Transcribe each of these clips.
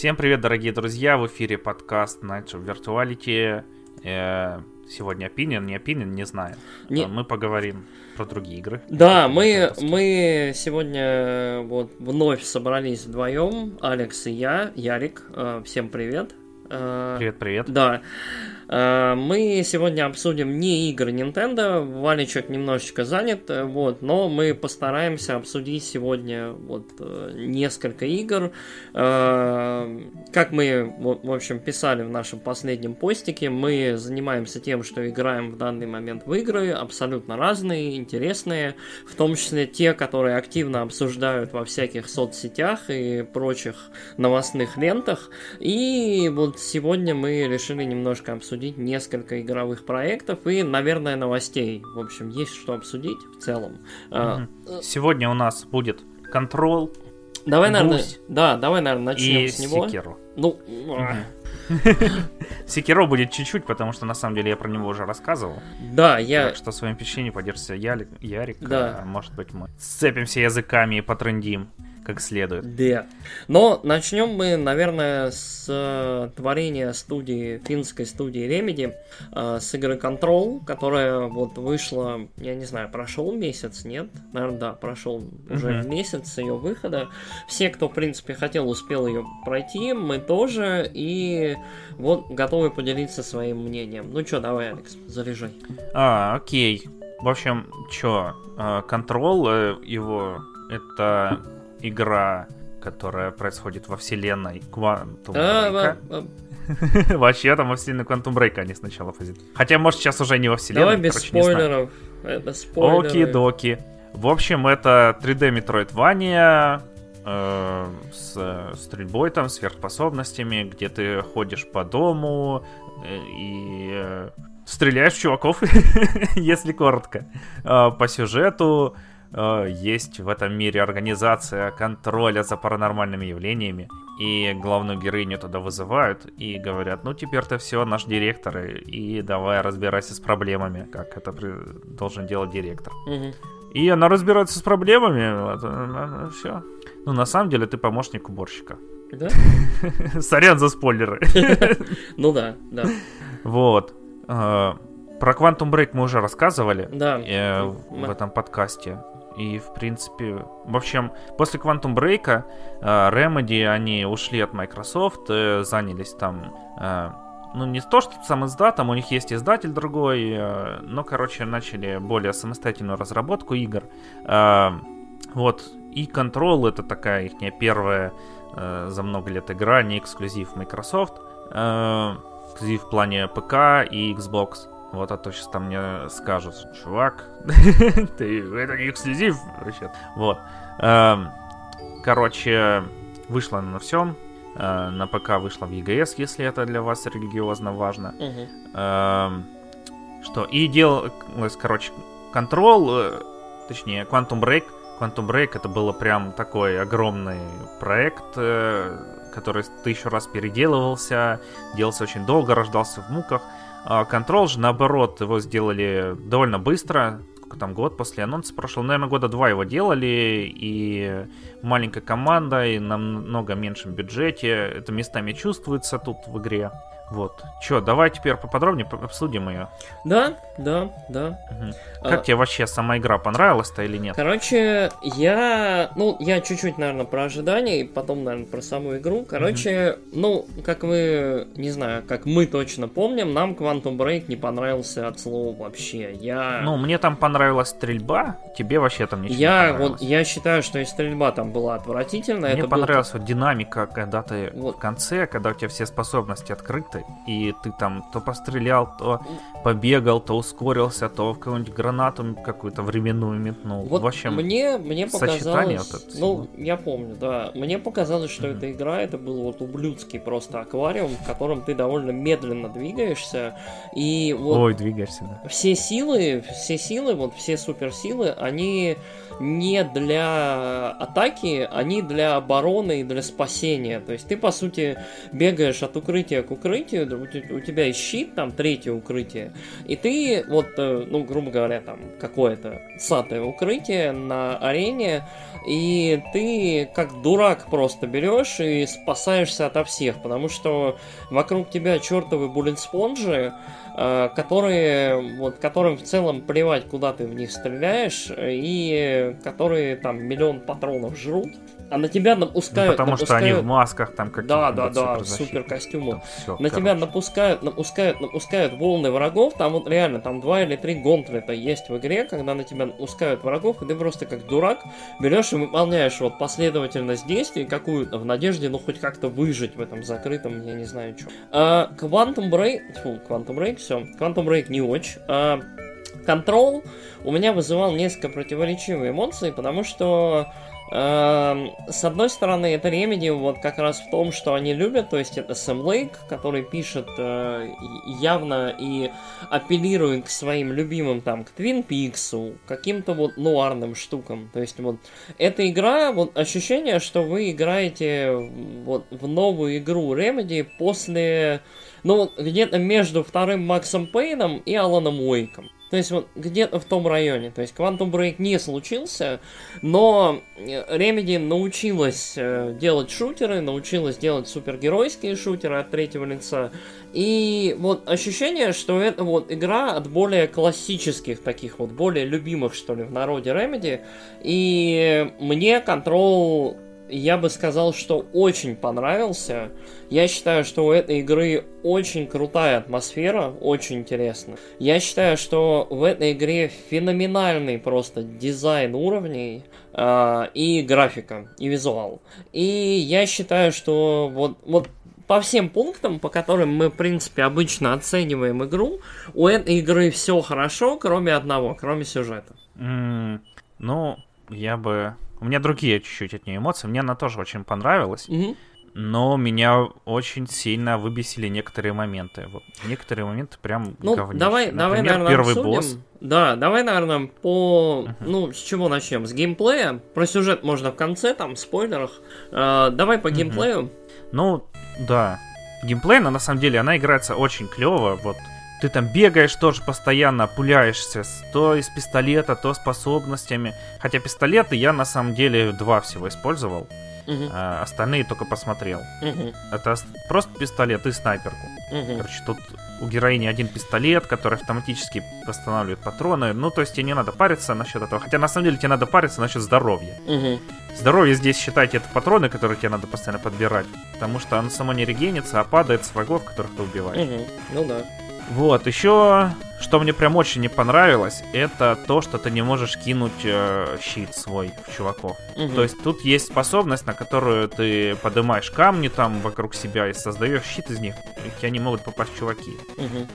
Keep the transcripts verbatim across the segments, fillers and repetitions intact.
Всем привет, дорогие друзья! В эфире подкаст Night of Virtuality. Э, сегодня Opinion, не Opinion, не знаю. Не... Мы поговорим про другие игры. Да, мы, мы сегодня вот вновь собрались вдвоем, Алекс и я, Ярик. Всем привет. Привет-привет. Да. Мы сегодня обсудим не игры Nintendo, Валичек немножечко занят, вот, но мы постараемся обсудить сегодня вот несколько игр. Как мы, в общем, писали в нашем последнем постике, мы занимаемся тем, что играем в данный момент в игры, абсолютно разные, интересные, в том числе те, которые активно обсуждают во всяких соцсетях и прочих новостных лентах. И вот сегодня мы решили немножко обсудить несколько игровых проектов и, наверное, новостей. В общем, есть что обсудить в целом. Mm-hmm. Сегодня у нас будет Control, Давай, наверное, да, давай, наверное, начнем и с него. Sekiro. Ну, Sekiro будет чуть-чуть, потому что на самом деле я про него уже рассказывал. Да, я... Так что своим впечатлением поделишься Ярик, Ярик да. а может быть мы сцепимся языками и потрындим как следует. Да. Но начнем мы, наверное, с э, творения студии, финской студии Remedy, э, с игры Control, которая вот вышла, я не знаю, прошел месяц, нет? Наверное, да, прошел mm-hmm. уже месяц с ее выхода. Все, кто, в принципе, хотел, успел ее пройти, мы тоже, и вот готовы поделиться своим мнением. Ну что, давай, Алекс, заряжай. А, окей. В общем, что, Control, его, это... игра, которая происходит во вселенной Quantum Break. Вообще там во вселенной Quantum Break они сначала позиты. Хотя, может, сейчас уже не во вселенной. Давай без короче, спойлеров. Это спойлеры. Оки-доки. В общем, это три дэ Metroidvania э, с стрельбой там, сверхспособностями, где ты ходишь по дому э, и э, стреляешь в чуваков, если коротко. Э, по сюжету есть в этом мире организация контроля за паранормальными явлениями, и главную героиню туда вызывают и говорят: ну теперь ты все, наш директор, и давай разбирайся с проблемами, как это должен делать директор. Угу. И она разбирается с проблемами, вот, все. Ну на самом деле ты помощник уборщика. Да? Сорян за спойлеры. Ну да, да. Вот. Про Quantum Break мы уже рассказывали в этом подкасте. И, в принципе, в общем, после Quantum Break uh, Remedy, они ушли от Microsoft, uh, занялись там, uh, ну, не то, что сам издатом, у них есть издатель другой, uh, но, короче, начали более самостоятельную разработку игр. Uh, вот, и Control — это такая их первая uh, за много лет игра, не эксклюзив Microsoft, uh, эксклюзив в плане ПК и Xbox. Вот, а то сейчас там мне скажут: чувак, ты, это не эксклюзив вообще. Вот. Короче, вышла на всем. На ПК вышла в и джи эс, если это для вас религиозно важно. Uh-huh. Что? И делалось, короче, Control, точнее, Quantum Break. Quantum Break — это было прям такой огромный проект, который тысячу раз переделывался, делался очень долго, рождался в муках. Control же, наоборот, его сделали довольно быстро, сколько там, год после анонса прошел, наверное, года два его делали, и маленькая команда, и на намного меньшем бюджете, это местами чувствуется тут в игре. Вот. Че, давай теперь поподробнее обсудим ее. Да, да, да. Угу. Как а... тебе вообще сама игра понравилась-то или нет? Короче, я... Ну, я чуть-чуть, наверное, про ожидания, и потом, наверное, про саму игру. Короче, угу. ну, как вы, не знаю, как мы точно помним, нам Quantum Break не понравился от слова вообще. Я... Ну, мне там понравилась стрельба, тебе вообще там ничего я, не понравилось. Вот, я считаю, что и стрельба там была отвратительная. Мне это понравилась был... вот динамика, когда ты вот. в конце, когда у тебя все способности открыты, и ты там то пострелял, то побегал, то ускорился, то в какую-нибудь гранату какую-то временную метнул. Вот в общем, мне, мне показалось, вот это ну, я помню, да, мне показалось, что mm-hmm. эта игра, это был вот ублюдский просто аквариум, в котором ты довольно медленно двигаешься, и вот Ой, двигаешься, да. все силы, все силы, вот все суперсилы, они не для атаки, они для обороны и для спасения. То есть ты, по сути, бегаешь от укрытия к укрытию, укрытии, у тебя есть щит, там третье укрытие, и ты вот, ну, грубо говоря, там какое-то сатое укрытие на арене, и ты как дурак просто берешь и спасаешься ото всех, потому что вокруг тебя чертовы буллет-спонжи, которые, вот, которым в целом плевать, куда ты в них стреляешь, и которые там миллион патронов жрут, а на тебя напускают... Ну, потому напускают... что они в масках там какие-то... Да, да, да, супер костюмы. Все, на короче. тебя напускают, напускают, напускают волны врагов, там вот реально, там два или три гонтлета есть в игре, когда на тебя напускают врагов, и ты просто как дурак берешь и выполняешь вот последовательность действий какую-то в надежде, ну, хоть как-то выжить в этом закрытом, я не знаю, что. А, Quantum Break... Фу, Quantum Break, все. Quantum Break не очень. А, Control у меня вызывал несколько противоречивые эмоции, потому что с одной стороны, это Remedy вот как раз в том, что они любят, то есть это Сэм Лейк, который пишет э, явно и апеллирует к своим любимым, там, к Twin Peaks, к каким-то вот нуарным штукам. То есть вот эта игра, вот ощущение, что вы играете вот в новую игру Remedy после, ну, где-то между вторым Максом Пейном и Аланом Уэйком. То есть вот где-то в том районе. То есть Quantum Break не случился, но Remedy научилась делать шутеры, научилась делать супергеройские шутеры от третьего лица. И вот ощущение, что это вот игра от более классических таких вот, более любимых, что ли, в народе Remedy. И мне Control... Я бы сказал, что очень понравился. Я считаю, что у этой игры очень крутая атмосфера, очень интересно. Я считаю, что в этой игре феноменальный просто дизайн уровней э, и графика, и визуал. И я считаю, что вот, вот по всем пунктам, по которым мы, в принципе, обычно оцениваем игру, у этой игры все хорошо, кроме одного, кроме сюжета. Mm, ну, я бы... У меня другие чуть-чуть от нее эмоции. Мне она тоже очень понравилась. Mm-hmm. Но меня очень сильно выбесили некоторые моменты. Вот некоторые моменты прям ну, говнище. Давай, Например, давай, наверное, первый обсудим. босс. Да, давай, наверное, по... Uh-huh. Ну, с чего начнем? С геймплея. Про сюжет можно в конце, там, в спойлерах. Э, давай по uh-huh. геймплею. Ну, да. Геймплей, но на самом деле она играется очень клево. Вот. Ты там бегаешь тоже постоянно, пуляешься то из пистолета, то способностями. Хотя пистолеты я на самом деле два всего использовал. Uh-huh. А остальные только посмотрел. Uh-huh. Это просто пистолет и снайперку. Uh-huh. Короче, тут у героини один пистолет, который автоматически восстанавливает патроны. Ну, то есть тебе не надо париться насчет этого. Хотя на самом деле тебе надо париться насчет здоровья. Uh-huh. Здоровье здесь, считайте, это патроны, которые тебе надо постоянно подбирать. Потому что оно само не регенится, а падает с врагов, которых ты убиваешь. Uh-huh. Ну да. Вот, еще, что мне прям очень не понравилось, это то, что ты не можешь кинуть э, щит свой в чуваков. Угу. То есть тут есть способность, на которую ты поднимаешь камни там вокруг себя и создаешь щит из них, и тебя не могут попасть чуваки. Угу.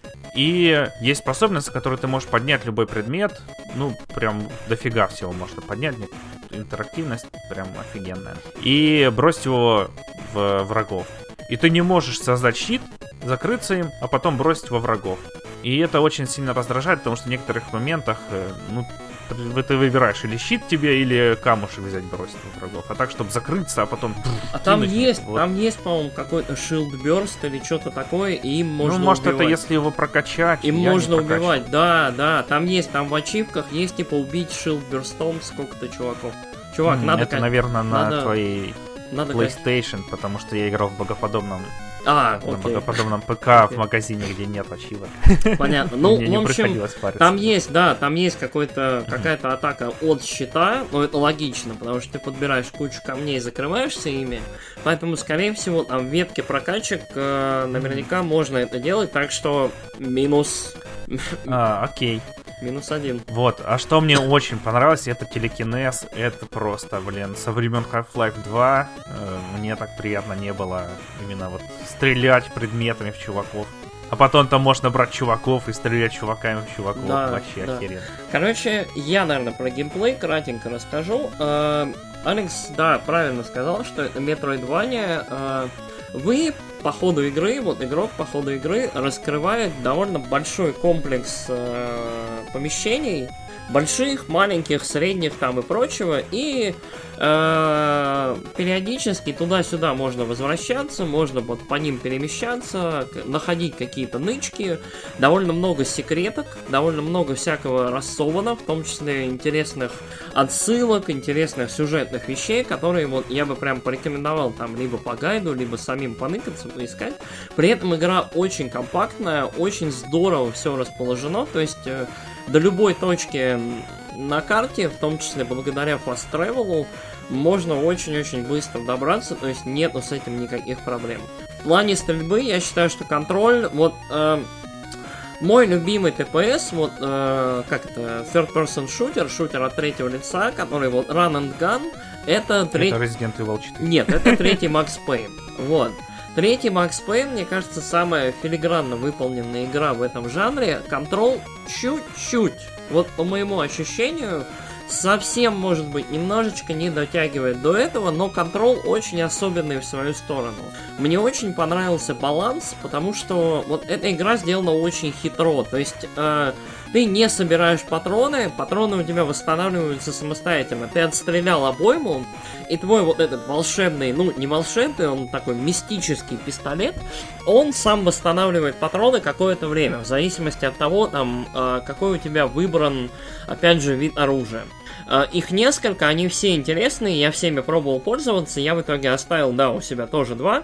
И есть способность, с которой ты можешь поднять любой предмет, ну, прям дофига всего можно поднять, интерактивность прям офигенная. И бросить его в врагов. И ты не можешь создать щит, закрыться им, а потом бросить во врагов. И это очень сильно раздражает, потому что в некоторых моментах, ну, ты выбираешь или щит тебе, или камушек взять, бросить во врагов. А так, чтобы закрыться, а потом... А там есть, вот. Там есть, по-моему, какой-то shield burst или что-то такое, и им можно Ну, может, убивать. это если его прокачать. Им можно убивать, да, да. Там есть, там в ачивках есть, типа, убить shield burst'ом сколько-то чуваков. Чувак, mm, надо... Это, наверное, надо... на твоей... Надо PlayStation, как... потому что я играл в богоподобном, а, на окей. богоподобном ПК okay. в магазине, где нет ачивок. Понятно. Ну, Мне в общем, там есть, да, там есть какой-то, какая-то атака от щита, но это логично, потому что ты подбираешь кучу камней и закрываешься ими, поэтому, скорее всего, там в ветке прокачек э, наверняка можно это делать, так что минус... А, окей. Минус один. Вот, а что мне очень понравилось, это телекинез, это просто, блин, со времен Half-Life два э, мне так приятно не было именно вот стрелять предметами в чуваков. А потом там можно брать чуваков и стрелять чуваками в чуваков, да, вообще да. охеренно. Короче, я, наверное, про геймплей кратенько расскажу. Э, Алекс, да, правильно сказал, что это Metroidvania. Э, вы по ходу игры, вот игрок по ходу игры раскрывает довольно большой комплекс э, помещений, больших, маленьких, средних там и прочего, и э, периодически туда-сюда можно возвращаться, можно вот по ним перемещаться, находить какие-то нычки, довольно много секреток, довольно много всякого рассовано, в том числе интересных отсылок, интересных сюжетных вещей, которые вот я бы прям порекомендовал там либо по гайду, либо самим поныкаться, поискать. При этом игра очень компактная, очень здорово все расположено, то есть э, до любой точки на карте, в том числе благодаря Fast Travel, можно очень-очень быстро добраться, то есть нету с этим никаких проблем. В плане стрельбы я считаю, что контроль, вот э, мой любимый тэ пэ эс, вот э, как это, third person shooter, шутер от третьего лица, который вот run and gun, это третий... Это Resident Evil четыре. Нет, это третий Max Payne, вот. Третий Max Payne, мне кажется, самая филигранно выполненная игра в этом жанре. Control чуть-чуть, вот по моему ощущению, совсем, может быть, немножечко не дотягивает до этого, но Control очень особенный в свою сторону. Мне очень понравился баланс, потому что вот эта игра сделана очень хитро, то есть... Э, ты не собираешь патроны, патроны у тебя восстанавливаются самостоятельно. Ты отстрелял обойму, и твой вот этот волшебный, ну не волшебный, он такой мистический пистолет, он сам восстанавливает патроны какое-то время, в зависимости от того, там, какой у тебя выбран, опять же, вид оружия. Их несколько, они все интересные, я всеми пробовал пользоваться, я в итоге оставил, да, у себя тоже два,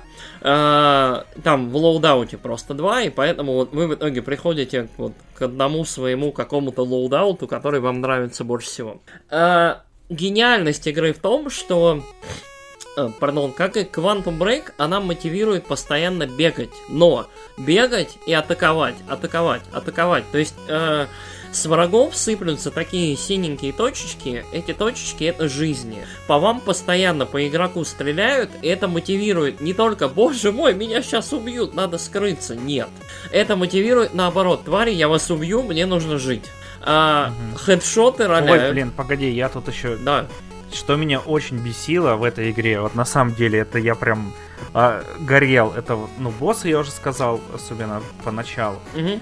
там в лоудауте просто два, и поэтому вот вы в итоге приходите вот к одному своему какому-то лоудауту, который вам нравится больше всего. Гениальность игры в том, что... Пардон, как и Quantum Break, она мотивирует постоянно бегать, но бегать и атаковать, атаковать, атаковать, то есть... С врагов сыплются такие синенькие точечки, эти точечки это жизни. По вам постоянно по игроку стреляют, и это мотивирует не только «Боже мой, меня сейчас убьют, надо скрыться», нет. Это мотивирует наоборот, твари, я вас убью, мне нужно жить. А, угу. Хедшоты роляют. Ой, блин, погоди, я тут еще... Да. Что меня очень бесило в этой игре, вот на самом деле, это я прям а, горел. Это, ну, боссы, я уже сказал, особенно поначалу. Угу.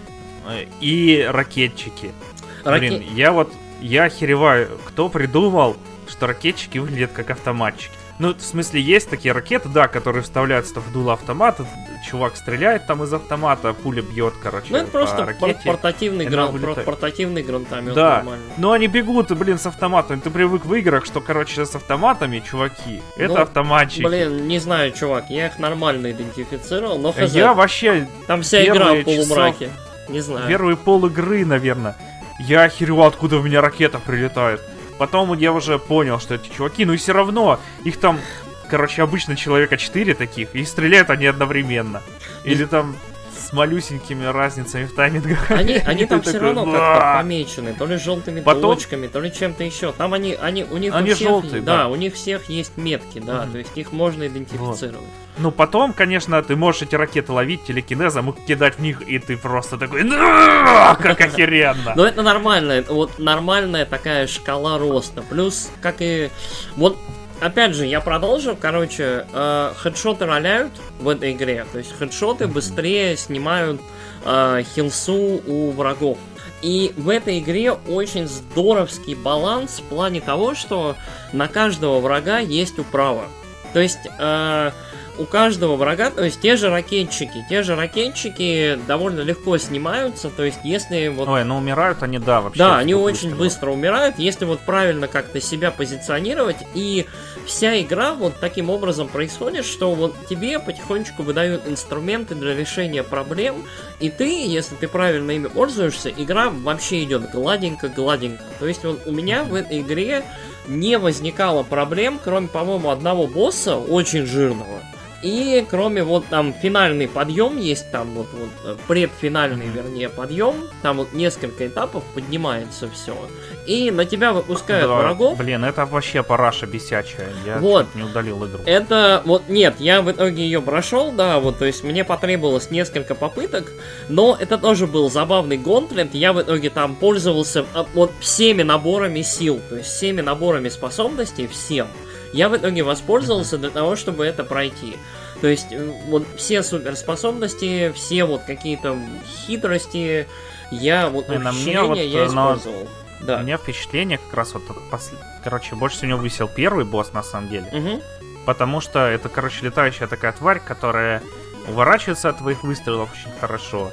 И ракетчики. Раке... Блин, я вот, я охереваю, кто придумал, что ракетчики выглядят как автоматчики. Ну, в смысле, есть такие ракеты, да, которые вставляются в дуло автомата, чувак стреляет там из автомата, пуля бьет, короче, ну, это по просто ракете. Портативный, гран... портативный гранатомет. Да, нормально. Но они бегут, блин, с автоматом. Ты привык в играх, что, короче, с автоматами, чуваки, это ну, автоматчики. Блин, не знаю, чувак, я их нормально идентифицировал, но хз. Я вообще... Там вся игра в полумраке. Часов... Не знаю. Первый пол игры, наверное. Я охеревал, откуда в меня ракета прилетает. Потом я уже понял, что эти чуваки, ну и все равно, их там, короче, обычно человека четыре таких, и стреляют они одновременно. Или там с малюсенькими разницами в таймингах. Они, они там все равно как-то помечены, то ли желтыми Потом... точками, то ли чем-то еще. Там они, они у них они у всех, желтые, да, да, у них всех есть метки, да, mm-hmm. то есть их можно идентифицировать. Вот. Ну, потом, конечно, ты можешь эти ракеты ловить телекинезом и кидать в них, и ты просто такой, как охеренно. Но это нормально, вот нормальная такая шкала роста. Плюс, как и... Вот, опять же, я продолжу, короче, э, хедшоты роляют в этой игре. То есть хедшоты быстрее снимают э, хилсу у врагов. И в этой игре очень здоровский баланс в плане того, что на каждого врага есть управа. То есть... Э, у каждого врага, то есть те же ракетчики, те же ракетчики довольно легко снимаются, то есть если вот... Ой, ну умирают они, да, вообще. Да, они очень быстро. быстро умирают, если вот правильно как-то себя позиционировать, и вся игра вот таким образом происходит, что вот тебе потихонечку выдают инструменты для решения проблем, и ты, если ты правильно ими пользуешься, игра вообще идет гладенько-гладенько. То есть вот у меня в этой игре не возникало проблем, кроме, по-моему, одного босса, очень жирного. И кроме вот там финальный подъем есть, там вот, вот предфинальный, вернее, подъем, там вот несколько этапов поднимается все. И на тебя выпускают да, врагов. Блин, это вообще параша бесячая, я вот. не удалил игру. Это вот, нет, я в итоге ее прошел, да, вот, то есть мне потребовалось несколько попыток, но это тоже был забавный гонтлет, я в итоге там пользовался вот всеми наборами сил, то есть всеми наборами способностей, всем. Я в итоге воспользовался для того, чтобы это пройти. То есть, вот все суперспособности, все вот какие-то хитрости, я вот ухищрения вот, я использовал. Да. У меня впечатление как раз вот, посл... короче, больше всего высел первый босс на самом деле. Угу. Потому что это, короче, летающая такая тварь, которая уворачивается от твоих выстрелов очень хорошо.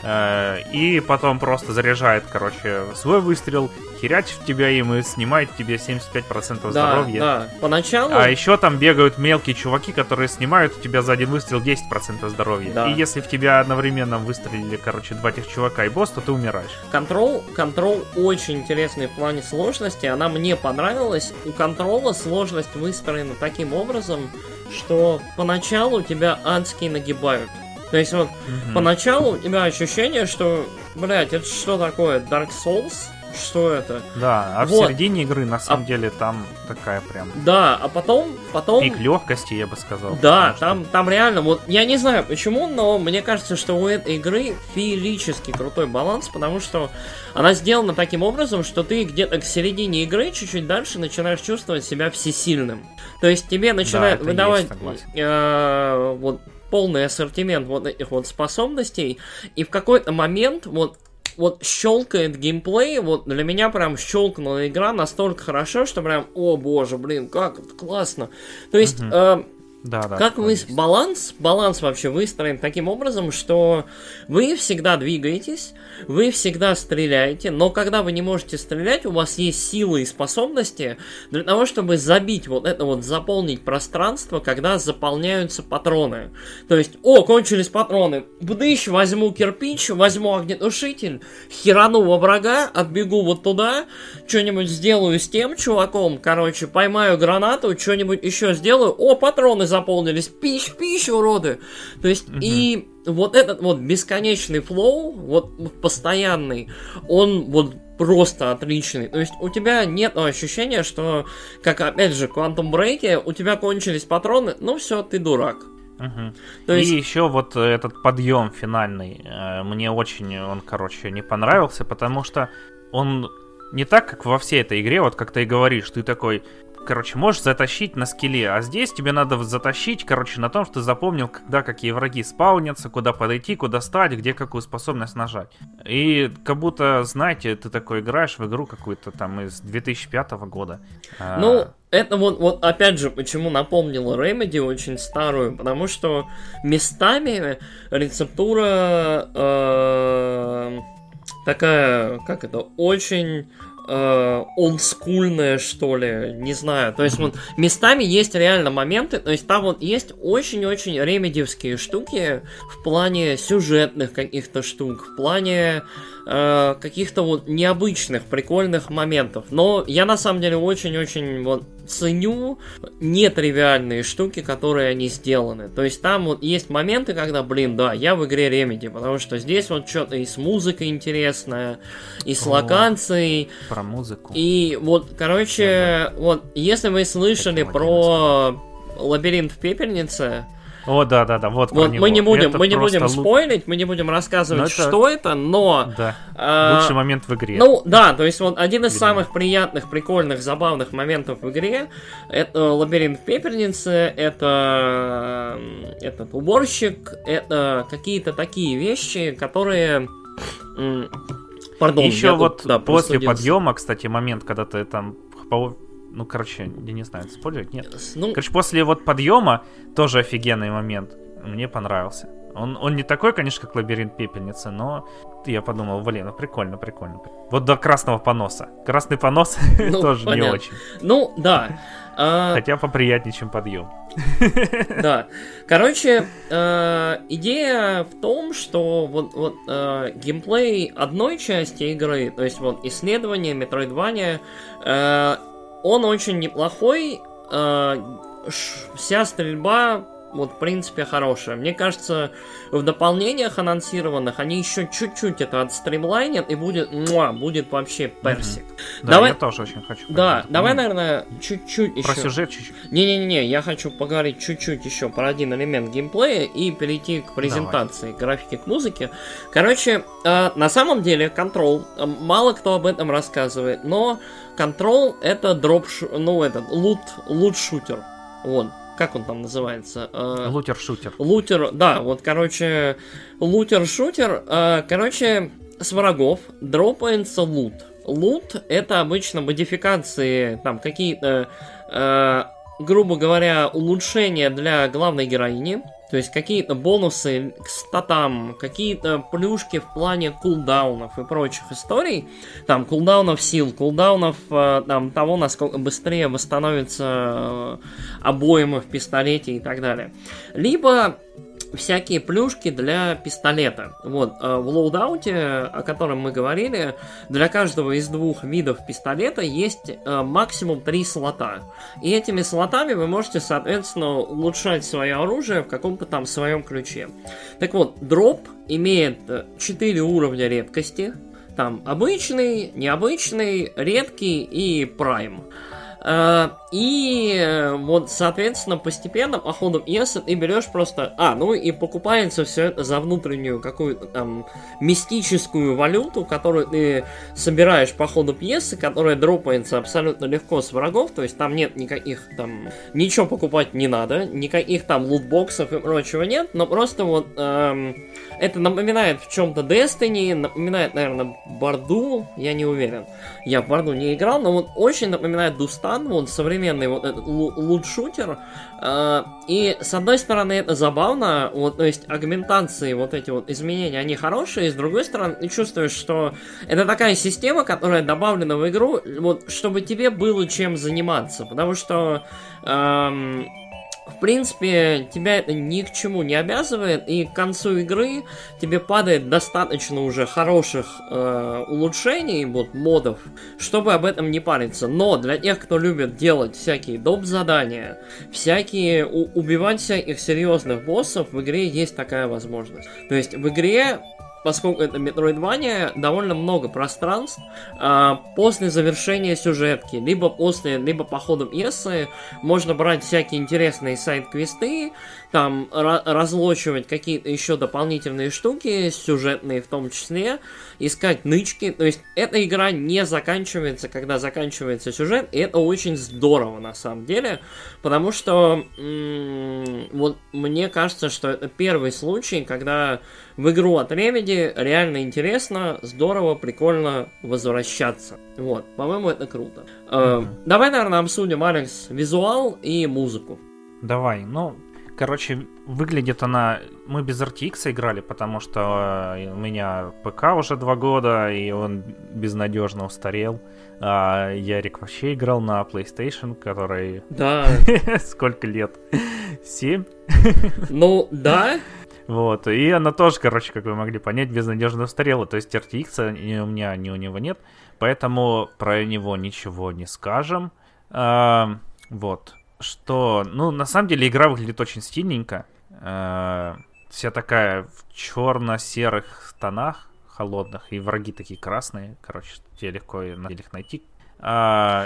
И потом просто заряжает, короче, свой выстрел, херячит в тебя им и снимает тебе семьдесят пять процентов да, здоровья. Да, поначалу... А еще там бегают мелкие чуваки, которые снимают у тебя за один выстрел десять процентов здоровья. Да. И если в тебя одновременно выстрелили, короче, два этих чувака и босс, то ты умираешь. Control, Control очень интересный в плане сложности. Она мне понравилась. У Control сложность выстроена таким образом, что поначалу тебя адски нагибают. То есть вот mm-hmm. поначалу у тебя ощущение, что, блядь, это что такое? Dark Souls? Что это? Да, а вот. В середине игры на самом а... деле там такая прям... Да, а потом... потом... пик легкости, я бы сказал. Да, там, что... там реально, вот я не знаю почему, но мне кажется, что у этой игры феерически крутой баланс, потому что она сделана таким образом, что ты где-то к середине игры, чуть-чуть дальше, начинаешь чувствовать себя всесильным. То есть тебе начинают да, выдавать... Есть, э, вот полный ассортимент вот этих вот способностей, и в какой-то момент вот, вот щелкает геймплей, вот для меня прям щелкнула игра настолько хорошо, что прям, о боже, блин, как это классно. То есть, угу. э, да, да, как вы, баланс, баланс вообще выстроен таким образом, что вы всегда двигаетесь, вы всегда стреляете, но когда вы не можете стрелять, у вас есть силы и способности для того, чтобы забить вот это вот, заполнить пространство, когда заполняются патроны. То есть, о, кончились патроны, бдыщ, возьму кирпич, возьму огнетушитель, херану во врага, отбегу вот туда, что-нибудь сделаю с тем чуваком, короче, поймаю гранату, что-нибудь еще сделаю, о, патроны заполнились, пищ, пищ, уроды. То есть, угу. и вот этот вот бесконечный флоу, вот постоянный, он вот просто отличный. То есть у тебя нет ощущения, что, как опять же в Quantum Break, у тебя кончились патроны, ну все, ты дурак. Угу. То есть... И еще вот этот подъем финальный, мне очень он, короче, не понравился, потому что он не так, как во всей этой игре, вот как ты и говоришь, ты такой... Короче, можешь затащить на скилле, а здесь тебе надо затащить, короче, на том, что ты запомнил, когда какие враги спаунятся, куда подойти, куда стать, где какую способность нажать. И как будто, знаете, ты такой играешь в игру какую-то там из две тысячи пятого года. Ну, а... это вот, вот опять же, почему напомнил Remedy очень старую, потому что местами рецептура э, такая, как это, очень... олдскульное, что ли, не знаю. То есть вот местами есть реально моменты, то есть там вот есть очень-очень ремедиевские штуки в плане сюжетных каких-то штук, в плане э, каких-то вот необычных, прикольных моментов. Но я на самом деле очень-очень вот ценю нетривиальные штуки, которые они сделаны. То есть там вот есть моменты, когда, блин, да, я в игре Remedy, потому что здесь вот что-то и с музыкой интересное, и с О, локацией. Про музыку. И вот, короче, да, вот, если вы слышали про «Лабиринт в пепельнице», о, да, да, да, вот, вот мы не будем, это мы не будем спойлить, мы не будем рассказывать, это... что это, но да. э, лучший момент в игре. Ну да, то есть вот один из самых приятных, прикольных, забавных моментов в игре это лабиринт в пепельнице, это этот уборщик, это какие-то такие вещи, которые. Пардон. Еще вот тут, да, после подъема, кстати, момент, когда ты там ну, короче, я не знаю, спойлерить, нет. Ну... Короче, после вот подъема тоже офигенный момент. Мне понравился. Он, он не такой, конечно, как лабиринт пепельницы, но я подумал, блин, ну прикольно, прикольно. Вот до красного поноса. Красный понос ну, тоже понятно. Не очень. Ну, да. А... Хотя поприятнее, чем подъем. Да. Короче, э, идея в том, что вот, вот э, геймплей одной части игры, то есть вот исследование, метроидвания, э, он очень неплохой, э, вся стрельба, вот, в принципе, хорошая. Мне кажется, в дополнениях анонсированных они еще чуть-чуть это отстримлайнят, и будет, муа, будет вообще персик. Mm-hmm. Да, давай... я тоже очень хочу. Да, давай, наверное, чуть-чуть еще. Про сюжет чуть-чуть. Не-не-не, я хочу поговорить чуть-чуть еще про один элемент геймплея и перейти к презентации, давай. К графике, к музыке. Короче, э, на самом деле, Control, э, мало кто об этом рассказывает, но Control это дроп, ну, этот, лут, лут-шутер. Вот. Как он там называется? Лутер-шутер. Лутер, да, вот, короче, лутер-шутер. Короче, с врагов дропается лут. лут — это обычно модификации, там, какие-то, э, грубо говоря, улучшения для главной героини. То есть какие-то бонусы к статам, какие-то плюшки в плане кулдаунов и прочих историй. Там кулдаунов сил, кулдаунов там, того, насколько быстрее восстановится обойма в пистолете и так далее. Либо всякие плюшки для пистолета. Вот, в лоудауте, о котором мы говорили, для каждого из двух видов пистолета есть максимум три слота. И этими слотами вы можете, соответственно, улучшать свое оружие в каком-то там своем ключе. Так вот, дроп имеет четыре уровня редкости. Там обычный, необычный, редкий и прайм. И вот, соответственно, постепенно по ходу пьесы ты берешь просто... А, ну и покупается все это за внутреннюю какую-то там мистическую валюту, которую ты собираешь по ходу пьесы, которая дропается абсолютно легко с врагов, то есть там нет никаких там... Ничего покупать не надо, никаких там лутбоксов и прочего нет, но просто вот... Эм, это напоминает в чем-то Destiny, напоминает, наверное, Барду, я не уверен. Я в Барду не играл, но вот очень напоминает Дустан, вот современный вот этот лут-шутер. Э, и с одной стороны это забавно, вот, то есть агментации, вот эти вот изменения, они хорошие, и с другой стороны ты чувствуешь, что это такая система, которая добавлена в игру, вот, чтобы тебе было чем заниматься, потому что... Эм, В принципе, тебя это ни к чему не обязывает, и к концу игры тебе падает достаточно уже хороших э, улучшений, вот, модов, чтобы об этом не париться. Но для тех, кто любит делать всякие доп-задания, всякие у- убивать всяких серьезных боссов, в игре есть такая возможность. То есть в игре... Поскольку это Metroidvania, довольно много пространств э, после завершения сюжетки, либо после, либо по ходу пьесы можно брать всякие интересные сайд-квесты, там ra- разлочивать какие-то еще дополнительные штуки, сюжетные в том числе, искать нычки. То есть эта игра не заканчивается, когда заканчивается сюжет, и это очень здорово на самом деле, потому что м- вот мне кажется, что это первый случай, когда в игру от Remedy реально интересно, здорово, прикольно возвращаться. Вот, по-моему, это круто. Mm-hmm. Э, давай, наверное, обсудим, Алекс, визуал и музыку. Давай, ну, короче, выглядит она... Мы без эр ти экс играли, потому что у меня ПК уже два года, и он безнадежно устарел. А Ярик вообще играл на PlayStation, который... Да. Сколько лет? Семь? Ну, да. Вот, и она тоже, короче, как вы могли понять, безнадежно устарела. То есть эр ти экс ни у меня, ни у него нет, поэтому про него ничего не скажем. А, вот, что, ну, на самом деле игра выглядит очень стильненько. А, вся такая в черно-серых тонах, холодных, и враги такие красные, короче, тебе легко их найти. А,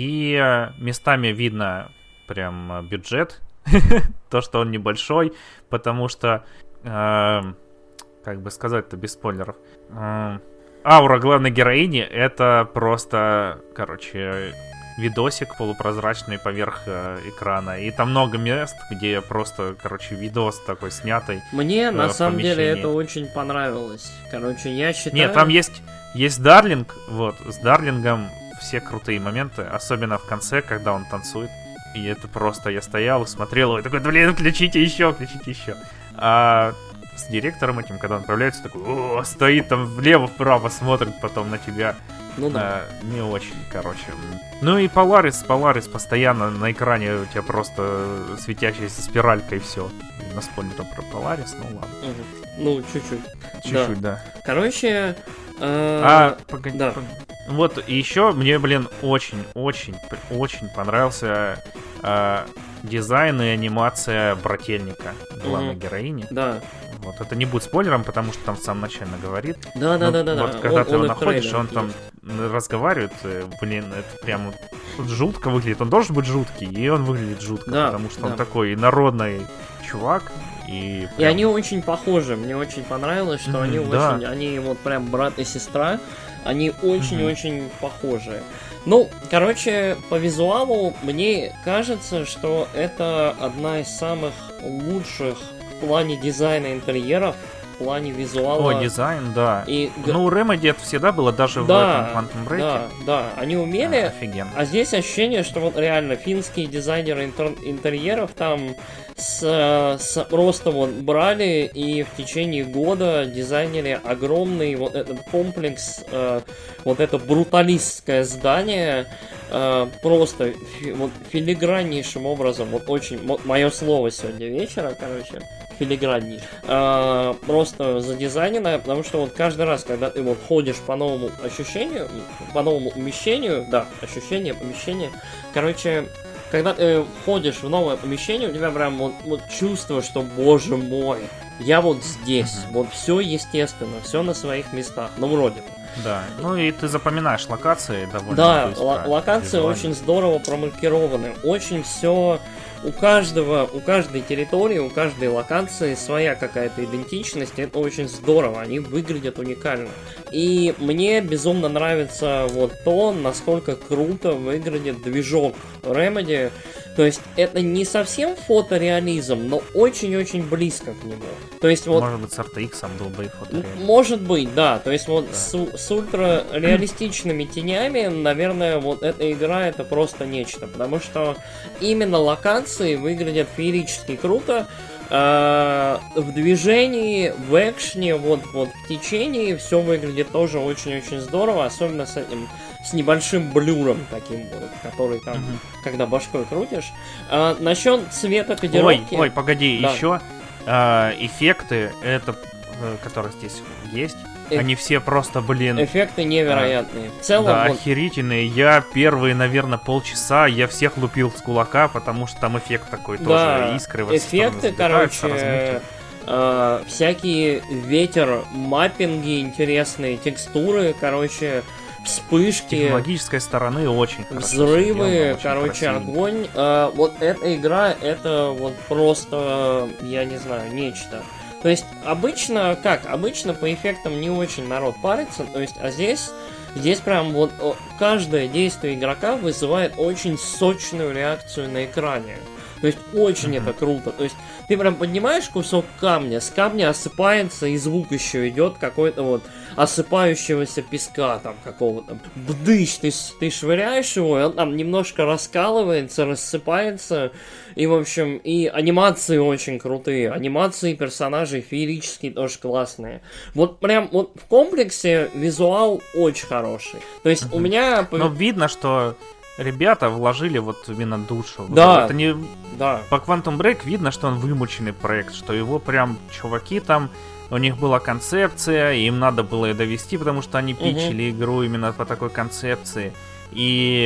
и местами видно прям бюджет, то, что он небольшой, потому что, э, как бы сказать-то без спойлеров, э, аура главной героини — это просто, короче, видосик полупрозрачный поверх э, экрана, и там много мест, где просто, короче, видос такой снятый. Мне, э, на самом деле, это очень понравилось. Короче, я считаю... Нет, там есть, есть Дарлинг, вот, с Дарлингом все крутые моменты, особенно в конце, когда он танцует. И это просто, я стоял и смотрел, и такой, блин, включите еще, включите еще. А с директором этим, когда он отправляется, такой, о, стоит там влево-вправо, смотрит потом на тебя. Ну да. А, не очень, короче. Ну и Polaris, Polaris постоянно на экране у тебя просто светящаяся спиралька и все. На спойлером про Polaris, ну ладно. Угу. Ну, чуть-чуть. Чуть-чуть, да. да. Короче... Э... А, погоди, да. погоди. Вот, и еще мне, блин, очень-очень, очень понравился э, дизайн и анимация брательника главной mm-hmm. героини. Да. Вот, это не будет спойлером, потому что там в самом начале говорит. Да, да, да, да. Вот, да. когда он, ты его он находишь, он там разговаривает, блин, это прям жутко выглядит. Он должен быть жуткий, и он выглядит жутко, да, потому что да. он такой народный чувак. И, прям... и они очень похожи. Мне очень понравилось, что mm-hmm, они да. очень, они вот прям брат и сестра. Они очень-очень mm-hmm. похожи. Ну, короче, по визуалу мне кажется, что это одна из самых лучших в плане дизайна интерьеров в плане визуала. О, дизайн, да. И... Ну, у Remedy это всегда было, даже да, в этом Quantum Break. Да, да, они умели. А, офигенно. А здесь ощущение, что вот реально финские дизайнеры интер- интерьеров там с, с просто вот брали и в течение года дизайнили огромный вот этот комплекс, э, вот это бруталистское здание, э, просто фи, вот филиграннейшим образом, вот очень, вот мое слово сегодня вечера, короче, филигранней, э, просто задизайнено, потому что вот каждый раз, когда ты вот ходишь по новому ощущению, по новому умещению, да, ощущение, помещение, короче, когда ты ходишь в новое помещение, у тебя прям вот, вот чувство, что, боже мой, я вот здесь, mm-hmm. вот все естественно, все на своих местах, ну вроде бы. Да, ну и ты запоминаешь локации довольно да, быстро. Да, локации визуально. Очень здорово промаркированы, очень все... У каждого, у каждой территории, у каждой локации своя какая-то идентичность, это очень здорово, они выглядят уникально. И мне безумно нравится вот то, насколько круто выглядит движок Remedy. То есть это не совсем фотореализм, но очень-очень близко к нему. То есть вот... Может быть, с эр ти экс был бы и фотореализм. Может быть, да. То есть вот да. с, с ультрареалистичными тенями, наверное, вот эта игра это просто нечто. Потому что именно локации выглядят феерически круто. Uh, в движении, в экшне, вот, вот в течении все выглядит тоже очень-очень здорово, особенно с этим, с небольшим блюром таким вот, который там, uh-huh. когда башкой крутишь. Uh, насчет цвета кодировки... Ой, ой, погоди, да. еще uh, эффекты, это, которые здесь есть, Э... они все просто, блин... Эффекты невероятные. А, в целом... Да, вот... охерительные. Я первые, наверное, полчаса, я всех лупил с кулака, потому что там эффект такой да, тоже, искры. Эффекты, короче, э, всякие ветер, маппинги интересные, текстуры, короче, вспышки. С технологической стороны очень хорошо. Взрывы, сделано, очень короче, красиво. огонь. Э, вот эта игра, это вот просто, я не знаю, нечто. То есть обычно, как, обычно по эффектам не очень народ парится, то есть, а здесь, здесь прям вот о, каждое действие игрока вызывает очень сочную реакцию на экране. То есть очень mm-hmm. это круто. То есть ты прям поднимаешь кусок камня, с камня осыпается и звук еще идет какой-то вот осыпающегося песка там какого-то. Бдыщ, ты, ты швыряешь его, и он там немножко раскалывается, рассыпается. И, в общем, и анимации очень крутые. Анимации персонажей феерические тоже классные. Вот прям вот в комплексе визуал очень хороший. То есть mm-hmm. у меня... Но видно, что... Ребята вложили вот именно душу. Да. Это не... да. По Quantum Break видно, что он вымученный проект, что его прям чуваки там, у них была концепция, и им надо было ее довести, потому что они питчили угу. игру именно по такой концепции. И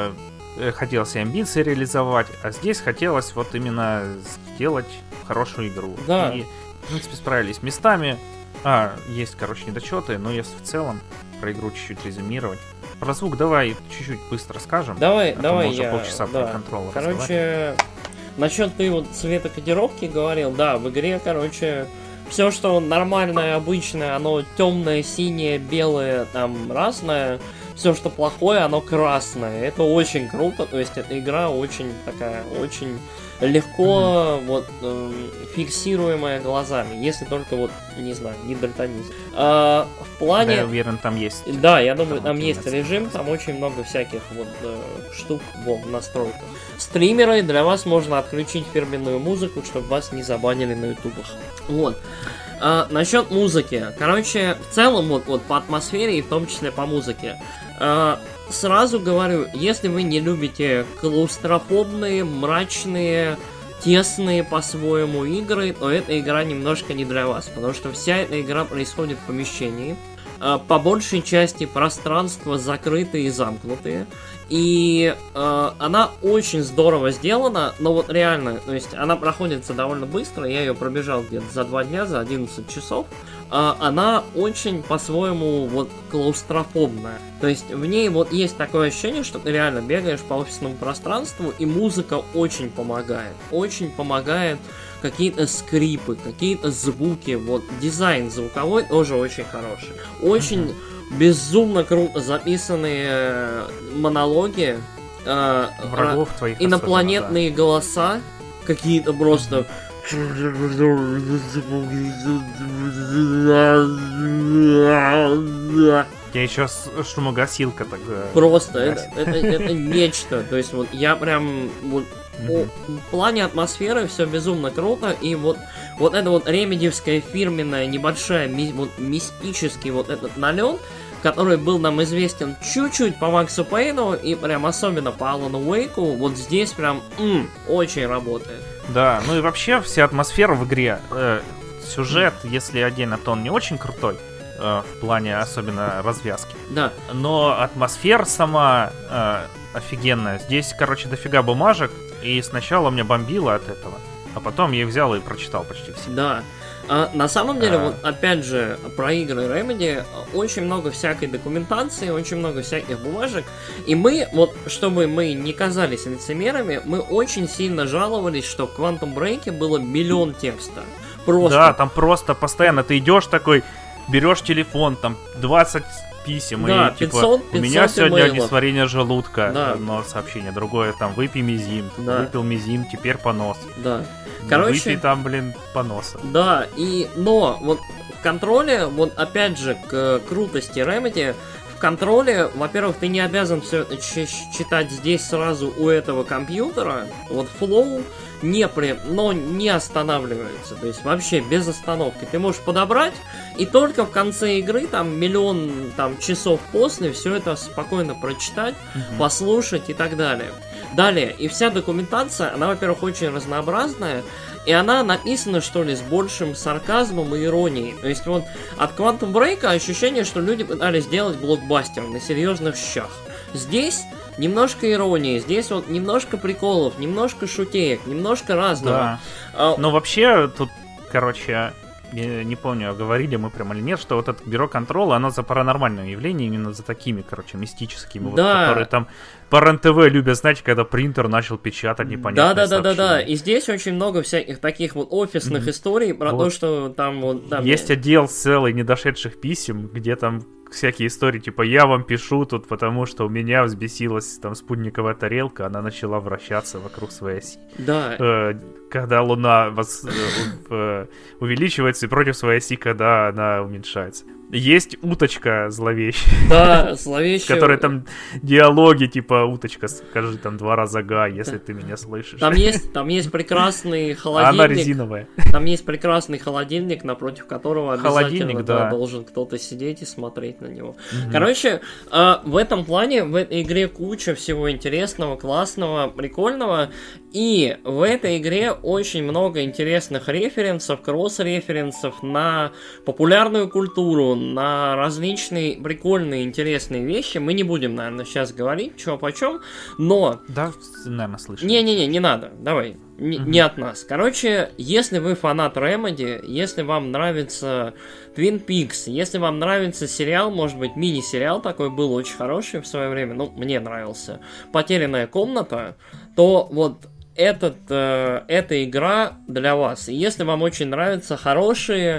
э, хотелось и амбиции реализовать, а здесь хотелось вот именно сделать хорошую игру. Да. И, в принципе, справились местами. А, есть, короче, недочеты, но если в целом про игру чуть-чуть резюмировать. Про звук давай чуть-чуть быстро скажем. Давай, а давай мы уже я... полчаса да. про контроллер Короче, насчет ты вот цвета кодировки говорил, да, в игре, короче, все, что нормальное, обычное, оно темное, синее, белое, там, разное. Все, что плохое, оно красное. Это очень круто, то есть эта игра очень такая, очень легко mm-hmm. вот э, фиксируемая глазами, если только вот, не знаю, не дальтонизм. А, в плане... Да, я уверен, там есть. Да, я думаю, там, там есть режим, там очень много всяких вот э, штук в настройках. Стримеры, для вас можно отключить фирменную музыку, чтобы вас не забанили на ютубах. Вот. А, насчет музыки. Короче, в целом, вот, вот по атмосфере и в том числе по музыке. А, сразу говорю, если вы не любите клаустрофобные, мрачные, тесные по-своему игры, то эта игра немножко не для вас, потому что вся эта игра происходит в помещении. А, по большей части пространства закрытые и замкнутые. И э, она очень здорово сделана, но вот реально, то есть она проходится довольно быстро, я ее пробежал где-то за два дня, за одиннадцать часов. Э, она очень по-своему вот клаустрофобная. То есть в ней вот есть такое ощущение, что ты реально бегаешь по офисному пространству, и музыка очень помогает. Очень помогает какие-то скрипы, какие-то звуки, вот дизайн звуковой тоже очень хороший. Очень... безумно круто записанные монологи, э, врагов твоих, инопланетные голоса, какие-то просто Я еще шумогасилка тогда. Просто это, это, это нечто. То есть вот я прям вот mm-hmm. в плане атмосферы все безумно круто. И вот, вот это вот ремедиевская фирменная небольшая ми, вот, мистический вот этот налет, который был нам известен чуть-чуть по Максу Пейну и прям особенно по Алану Уэйку, вот здесь прям м, очень работает. Да, ну и вообще вся атмосфера в игре, э, сюжет, если отдельно, то он не очень крутой, э, в плане особенно развязки. Да. Но атмосфера сама э, офигенная. Здесь, короче, дофига бумажек, и сначала меня бомбило от этого, а потом я их взял и прочитал почти все. Да. А, на самом деле, а... вот опять же, про игры Remedy очень много всякой документации, очень много всяких бумажек. И мы, вот, чтобы мы не казались лицемерами, мы очень сильно жаловались, что в Quantum Break было миллион текста. Просто. Да, там просто постоянно ты идешь такой, берешь телефон, там двадцать писем, да, и типа пятьсот, у меня сегодня имейлов. несварение желудка, да. одно сообщение, другое там выпей мизим, да. выпил мизим, теперь понос. Да. Короче, выпей там, блин, поноса. Да, и но вот в контроле, вот опять же к крутости Remedy, в контроле, во-первых, ты не обязан все это ч- читать здесь сразу у этого компьютера, вот флоу не при, но не останавливается, то есть вообще без остановки. Ты можешь подобрать, и только в конце игры, там, миллион там, часов после, все это спокойно прочитать, mm-hmm. послушать и так далее. Далее, и вся документация, она, во-первых, очень разнообразная, и она написана, что ли, с большим сарказмом и иронией. То есть вот от Quantum Break ощущение, что люди пытались сделать блокбастер на серьезных щах. Здесь немножко иронии, здесь вот немножко приколов, немножко шутеек, немножко разного. Да. А... Но вообще тут, короче, я не помню, говорили мы прям или нет, что вот это бюро контроля, оно за паранормальное явление, именно за такими, короче, мистическими, да. вот, которые там по РЕН-ТВ любят, знаете, когда принтер начал печатать непонятные да, да, сообщения. Да, да, да, и здесь очень много всяких таких вот офисных mm-hmm. историй про вот. То, что там вот... Там... Есть отдел целый недошедших писем, где там всякие истории, типа, я вам пишу тут, потому что у меня взбесилась там спутниковая тарелка, она начала вращаться вокруг своей оси. Да. Э, когда Луна вос, э, увеличивается и против своей оси, когда она уменьшается. Есть уточка зловещая. Да, зловещая. В которой там диалоги, типа, уточка, скажи там два раза га, если ты меня слышишь. Там есть, там есть прекрасный холодильник. Она резиновая. Там есть прекрасный холодильник, напротив которого обязательно да, да. должен кто-то сидеть и смотреть на него. Угу. Короче, э, в этом плане, в этой игре куча всего интересного, классного, прикольного. И в этой игре очень много интересных референсов, кросс-референсов на популярную культуру, на различные прикольные, интересные вещи. Мы не будем, наверное, сейчас говорить, чё почем, но... Да, наверное, слышали. Не-не-не, не надо, давай, Н- uh-huh. не от нас. Короче, если вы фанат Remedy, если вам нравится Twin Peaks, если вам нравится сериал, может быть, мини-сериал такой был очень хороший в свое время, ну, мне нравился, «Потерянная комната», то вот... Этот, э, эта игра для вас. И если вам очень нравятся хорошие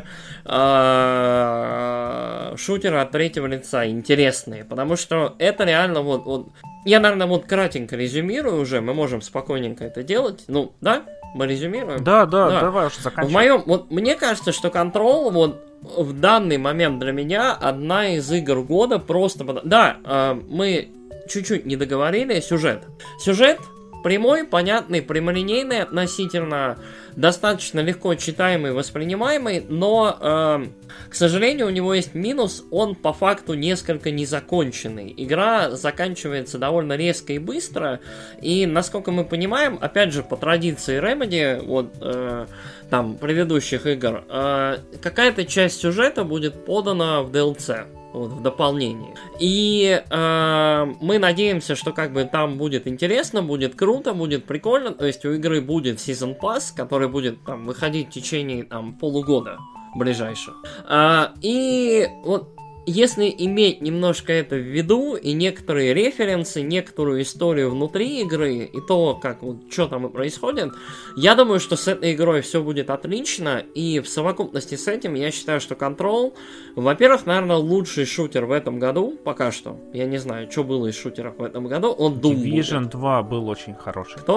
э, шутеры от третьего лица, интересные, потому что это реально вот, вот... Я, наверное, вот кратенько резюмирую уже, мы можем спокойненько это делать. Ну, да? Мы резюмируем? Да, да, да. Давай уже заканчиваем. В моем... Вот мне кажется, что Control вот в данный момент для меня одна из игр года просто... Да, э, мы чуть-чуть не договорили. Сюжет. Сюжет прямой, понятный, прямолинейный относительно, достаточно легко читаемый, воспринимаемый, но, э, к сожалению, у него есть минус, он по факту несколько незаконченный. Игра заканчивается довольно резко и быстро, и, насколько мы понимаем, опять же, по традиции Remedy, вот, э, там, предыдущих игр, э, какая-то часть сюжета будет подана в ди эл си. Вот, в дополнении. И э, мы надеемся, что как бы там будет интересно, будет круто, будет прикольно. То есть у игры будет Season Pass, который будет там выходить в течение там полугода ближайшего. Э, и вот если иметь немножко это в виду, и некоторые референсы, некоторую историю внутри игры, и то, как вот, что там и происходит, я думаю, что с этой игрой все будет отлично, и в совокупности с этим я считаю, что Control, во-первых, наверное, лучший шутер в этом году, пока что. Я не знаю, что было из шутеров в этом году, он Doom Division будет. два был очень хороший. Кто?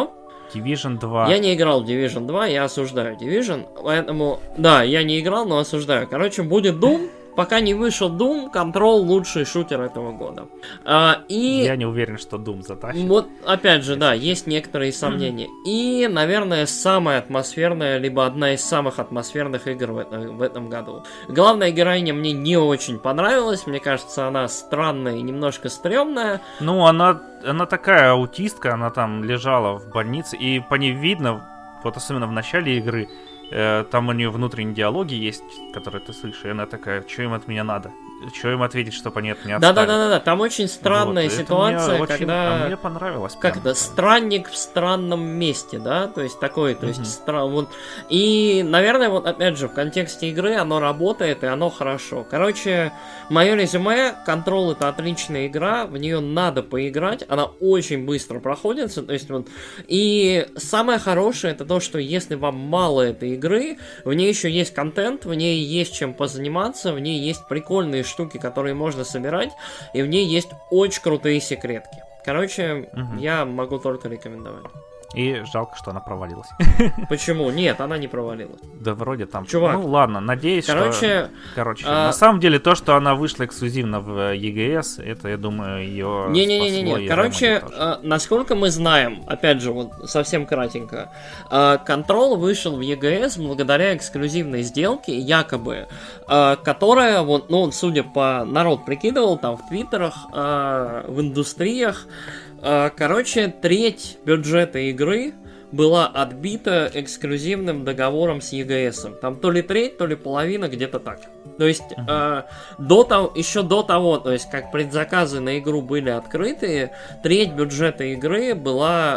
Division два. Я не играл в Division два, я осуждаю Division, поэтому, да, я не играл, но осуждаю. Короче, будет Doom. Пока не вышел Doom, Control лучший шутер этого года. А, и... Я не уверен, что Doom затащит. Вот, опять же, да, есть некоторые сомнения. И, наверное, самая атмосферная, либо одна из самых атмосферных игр в этом, в этом году. Главная героиня мне не очень понравилась. Мне кажется, она странная и немножко стрёмная. Ну, она, она такая аутистка, она там лежала в больнице, и по ней видно, вот особенно в начале игры, там у нее внутренние диалоги есть, которые ты слышишь, и она такая, что им от меня надо? Что им ответить, чтобы они от меня отстали? Да-да-да, там очень странная вот, ситуация, мне когда... Очень... А мне понравилось. Как это? Странник в странном месте, да? То есть такой, то есть... Mm-hmm. Стра... Вот. И, наверное, вот опять же, в контексте игры оно работает, и оно хорошо. Короче, мое резюме, Control — это отличная игра, в нее надо поиграть, она очень быстро проходится, то есть вот... И самое хорошее, это то, что если вам мало этой игры, в ней еще есть контент, в ней есть чем позаниматься, в ней есть прикольные штуки, которые можно собирать, и в ней есть очень крутые секретки. Короче, угу. я могу только рекомендовать. И жалко, что она провалилась. Почему? Нет, она не провалилась. Да вроде там. Чувак. Ну ладно, надеюсь, Короче, что... Короче, а... на самом деле то, что она вышла эксклюзивно в и джи эс, это, я думаю, ее Не-не-не-не. Короче, а, насколько мы знаем, опять же, вот совсем кратенько, а, Control вышел в и джи эс благодаря эксклюзивной сделке, якобы, а, которая, вот, ну, судя по... Народ прикидывал там в твиттерах, а, в индустриях, короче, треть бюджета игры была отбита эксклюзивным договором с и джи эс. Там то ли треть, то ли половина, где-то так. То есть, uh-huh. э, до того, еще до того, то есть, как предзаказы на игру были открыты, треть бюджета игры была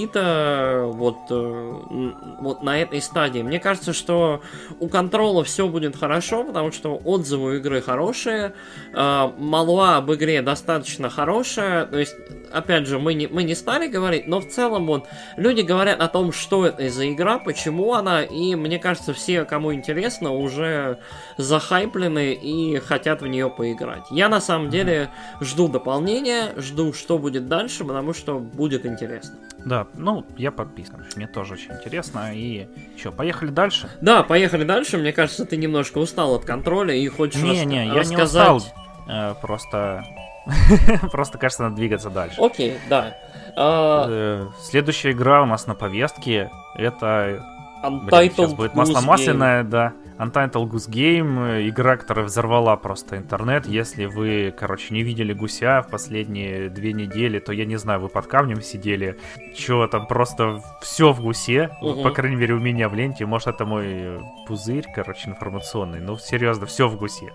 отбита вот, э, вот на этой стадии. Мне кажется, что у Control все будет хорошо, потому что отзывы у игры хорошие, э, молва об игре достаточно хорошая, то есть, опять же, мы не, мы не стали говорить, но в целом вот люди говорят о том, что это за игра, почему она, и мне кажется, все, кому интересно, уже захайплены и хотят в нее поиграть. Я на самом деле жду дополнения, жду, что будет дальше, потому что будет интересно. Да, ну, я подписан, мне тоже очень интересно, и что, поехали дальше? Да, поехали дальше, мне кажется, ты немножко устал от контроля и хочешь не, рас- не, рассказать... я не устал, э, просто... Просто, кажется, надо двигаться дальше. Окей, да. Uh... Следующая игра у нас на повестке это... Untitled Блин, сейчас будет масло масляное, да. Untitled Goose Game. Игра, которая взорвала просто интернет. Если вы, короче, не видели гуся в последние две недели, то я не знаю, вы под камнем сидели. Чё там, просто все в гусе. Uh-huh. По крайней мере, у меня в ленте. Может, это мой пузырь, короче, информационный. Ну, серьезно, все в гусе.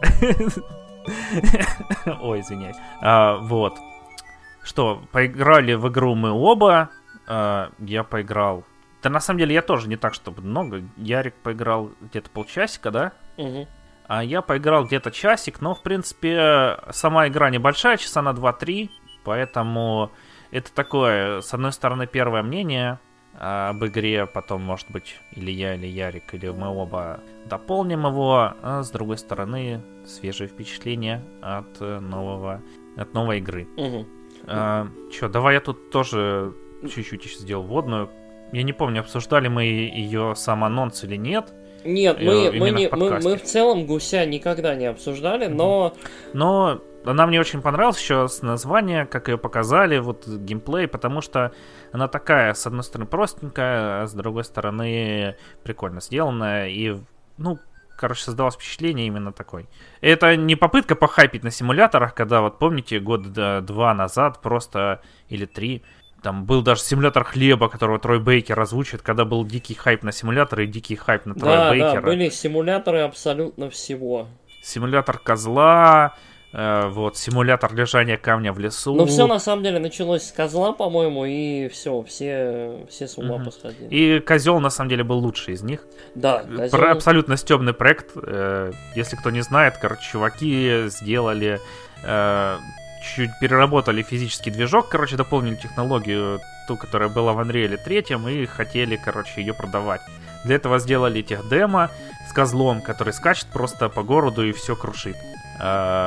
Ой, извиняюсь. А, вот. Что, поиграли в игру мы оба. А, я поиграл... Да, на самом деле, я тоже не так, чтобы много. Ярик поиграл где-то полчасика, да? Угу. А я поиграл где-то часик, но, в принципе, сама игра небольшая, часа на два-три. Поэтому это такое, с одной стороны, первое мнение об игре. Потом, может быть, или я, или Ярик, или мы оба дополним его. А с другой стороны, свежие впечатления от нового, от новой игры. Угу. А, чё, давай я тут тоже чуть-чуть еще сделал вводную. Я не помню, обсуждали мы ее сам анонс или нет. Нет, мы, мы, не, в мы, мы в целом гуся никогда не обсуждали, но... Но она мне очень понравилась еще с названия, как ее показали, вот геймплей, потому что она такая, с одной стороны, простенькая, а с другой стороны, прикольно сделанная, и, ну, короче, создалось впечатление именно такой. Это не попытка похайпить на симуляторах, когда, вот помните, года два назад просто, или три... Там был даже симулятор хлеба, которого Трой Бейкер озвучивает, когда был дикий хайп на симуляторы и дикий хайп на Троя да, Бейкера. Да, были симуляторы абсолютно всего. Симулятор козла, э, вот, симулятор лежания камня в лесу. Ну, все на самом деле началось с козла, по-моему, и все, все, все с ума uh-huh. посходили. И козел, на самом деле, был лучший из них. Да, козел... Про абсолютно стебный проект. Э, если кто не знает, короче, чуваки сделали... Э, чуть переработали физический движок, короче, дополнили технологию, ту, которая была в Unreal три, и хотели, короче, ее продавать. Для этого сделали техдемо с козлом, который скачет просто по городу и все крушит.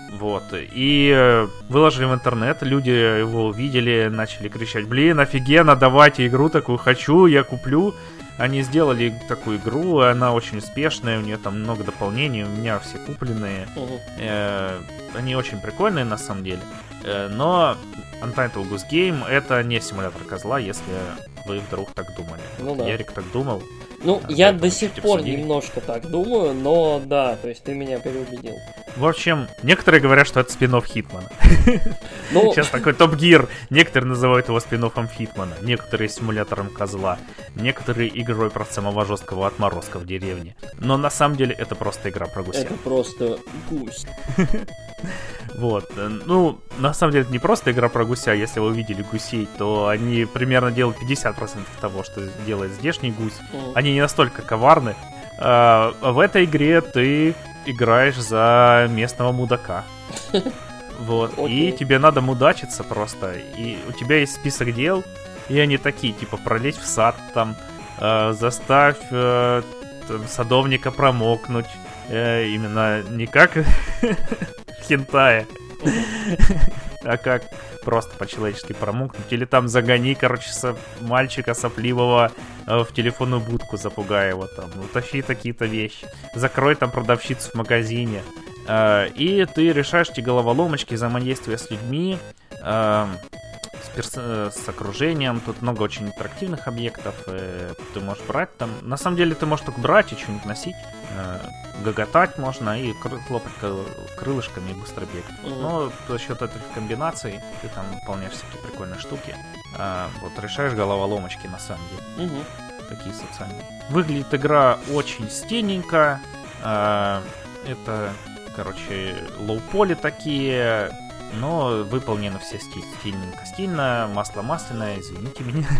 Вот, и выложили в интернет, люди его увидели, начали кричать: блин, офигенно, давайте игру такую хочу, я куплю. Они сделали такую игру, она очень успешная, у нее там много дополнений, у меня все купленные. Uh-huh. Э, они очень прикольные на самом деле. Э, но Untitled Goose Game — это не симулятор козла, если вы вдруг так думали. Ну, да. Ярик так думал. Ну, а, я до сих пор обсудили. Немножко так думаю, но да, то есть ты меня переубедил. В общем, некоторые говорят, что это спин-офф Хитмана. Ну... Сейчас такой топ-гир. Некоторые называют его спин-оффом Хитмана, некоторые симулятором козла, некоторые игрой про самого жесткого отморозка в деревне. Но на самом деле это просто игра про гуся. Это просто гусь. Вот. Ну, на самом деле это не просто игра про гуся. Если вы увидели гусей, то они примерно делают пятьдесят процентов того, что делает здешний гусь. Mm. Они не настолько коварны. А в этой игре ты играешь за местного мудака. Вот. Okay. И тебе надо мудачиться просто. И у тебя есть список дел, и они такие, типа, пролезть в сад, там, э, заставь э, там, садовника промокнуть. Э, именно не как хентая, а как просто по-человечески промокнуть. Или там загони, короче, со- мальчика сопливого э, в телефонную будку, запугай его там. Утащи такие-то вещи. Закрой там продавщицу в магазине. Э, и ты решаешь эти головоломочки, взаимодействия с людьми, э, с, перс- с окружением. Тут много очень интерактивных объектов. Э, ты можешь брать там. На самом деле ты можешь только брать и что-нибудь носить. Э, гоготать можно и кры- хлопать крылышками и быстро бегать. Mm-hmm. Но за счет этих комбинаций ты там выполняешь всякие прикольные штуки. А, вот решаешь головоломочки на самом деле. Mm-hmm. Такие социальные. Выглядит игра очень стильненько. А, это, короче, лоу-поли такие, но выполнены все стиль- стильненько. Стильно, масло масляное, извините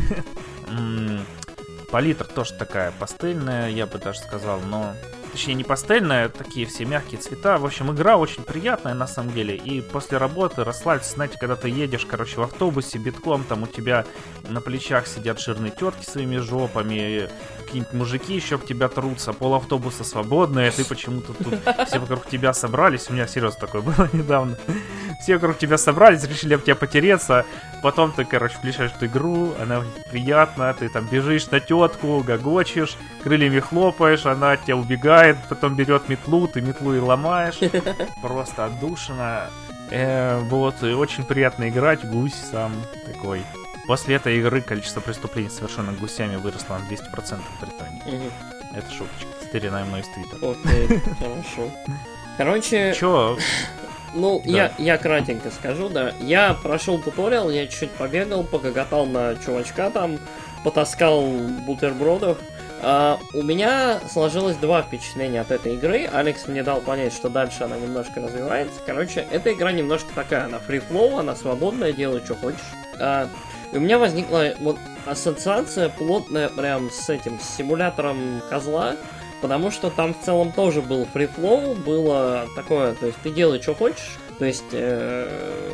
меня. Палитра тоже такая пастельная, я бы даже сказал, но... Точнее, не пастельная, такие все мягкие цвета. В общем, игра очень приятная на самом деле. И после работы расслабиться, знаете, когда ты едешь, короче, в автобусе битком, там у тебя на плечах сидят жирные тетки своими жопами, какие-нибудь мужики еще об тебя трутся, пол автобуса свободное, ты почему-то тут все вокруг тебя собрались. У меня серьезно такое было недавно. Все вокруг тебя собрались, решили об тебя потереться. Потом ты, короче, включаешь эту игру, она приятная, ты там бежишь на тетку, гогочешь, крыльями хлопаешь, она от тебя убегает, потом берет метлу, ты метлу и ломаешь. Просто отдушина. Э, вот, и очень приятно играть, гусь сам такой. После этой игры количество преступлений, совершенных гусями, выросло на двести процентов в Британии. Угу. Это шуточка, стереная мной из твиттера. Окей, хорошо. Короче... Чё? Ну, да. я, я кратенько скажу, да. Я прошел туториал, я чуть-чуть побегал, погоготал на чувачка там, потаскал бутербродов. А, у меня сложилось два впечатления от этой игры. Алекс мне дал понять, что дальше она немножко развивается. Короче, эта игра немножко такая, она фри-флоу, она свободная, делай, что хочешь. А, и у меня возникла вот ассоциация плотная прям с этим, с симулятором козла. Потому что там в целом тоже был фри-флоу, было такое, то есть ты делай, что хочешь, то есть э,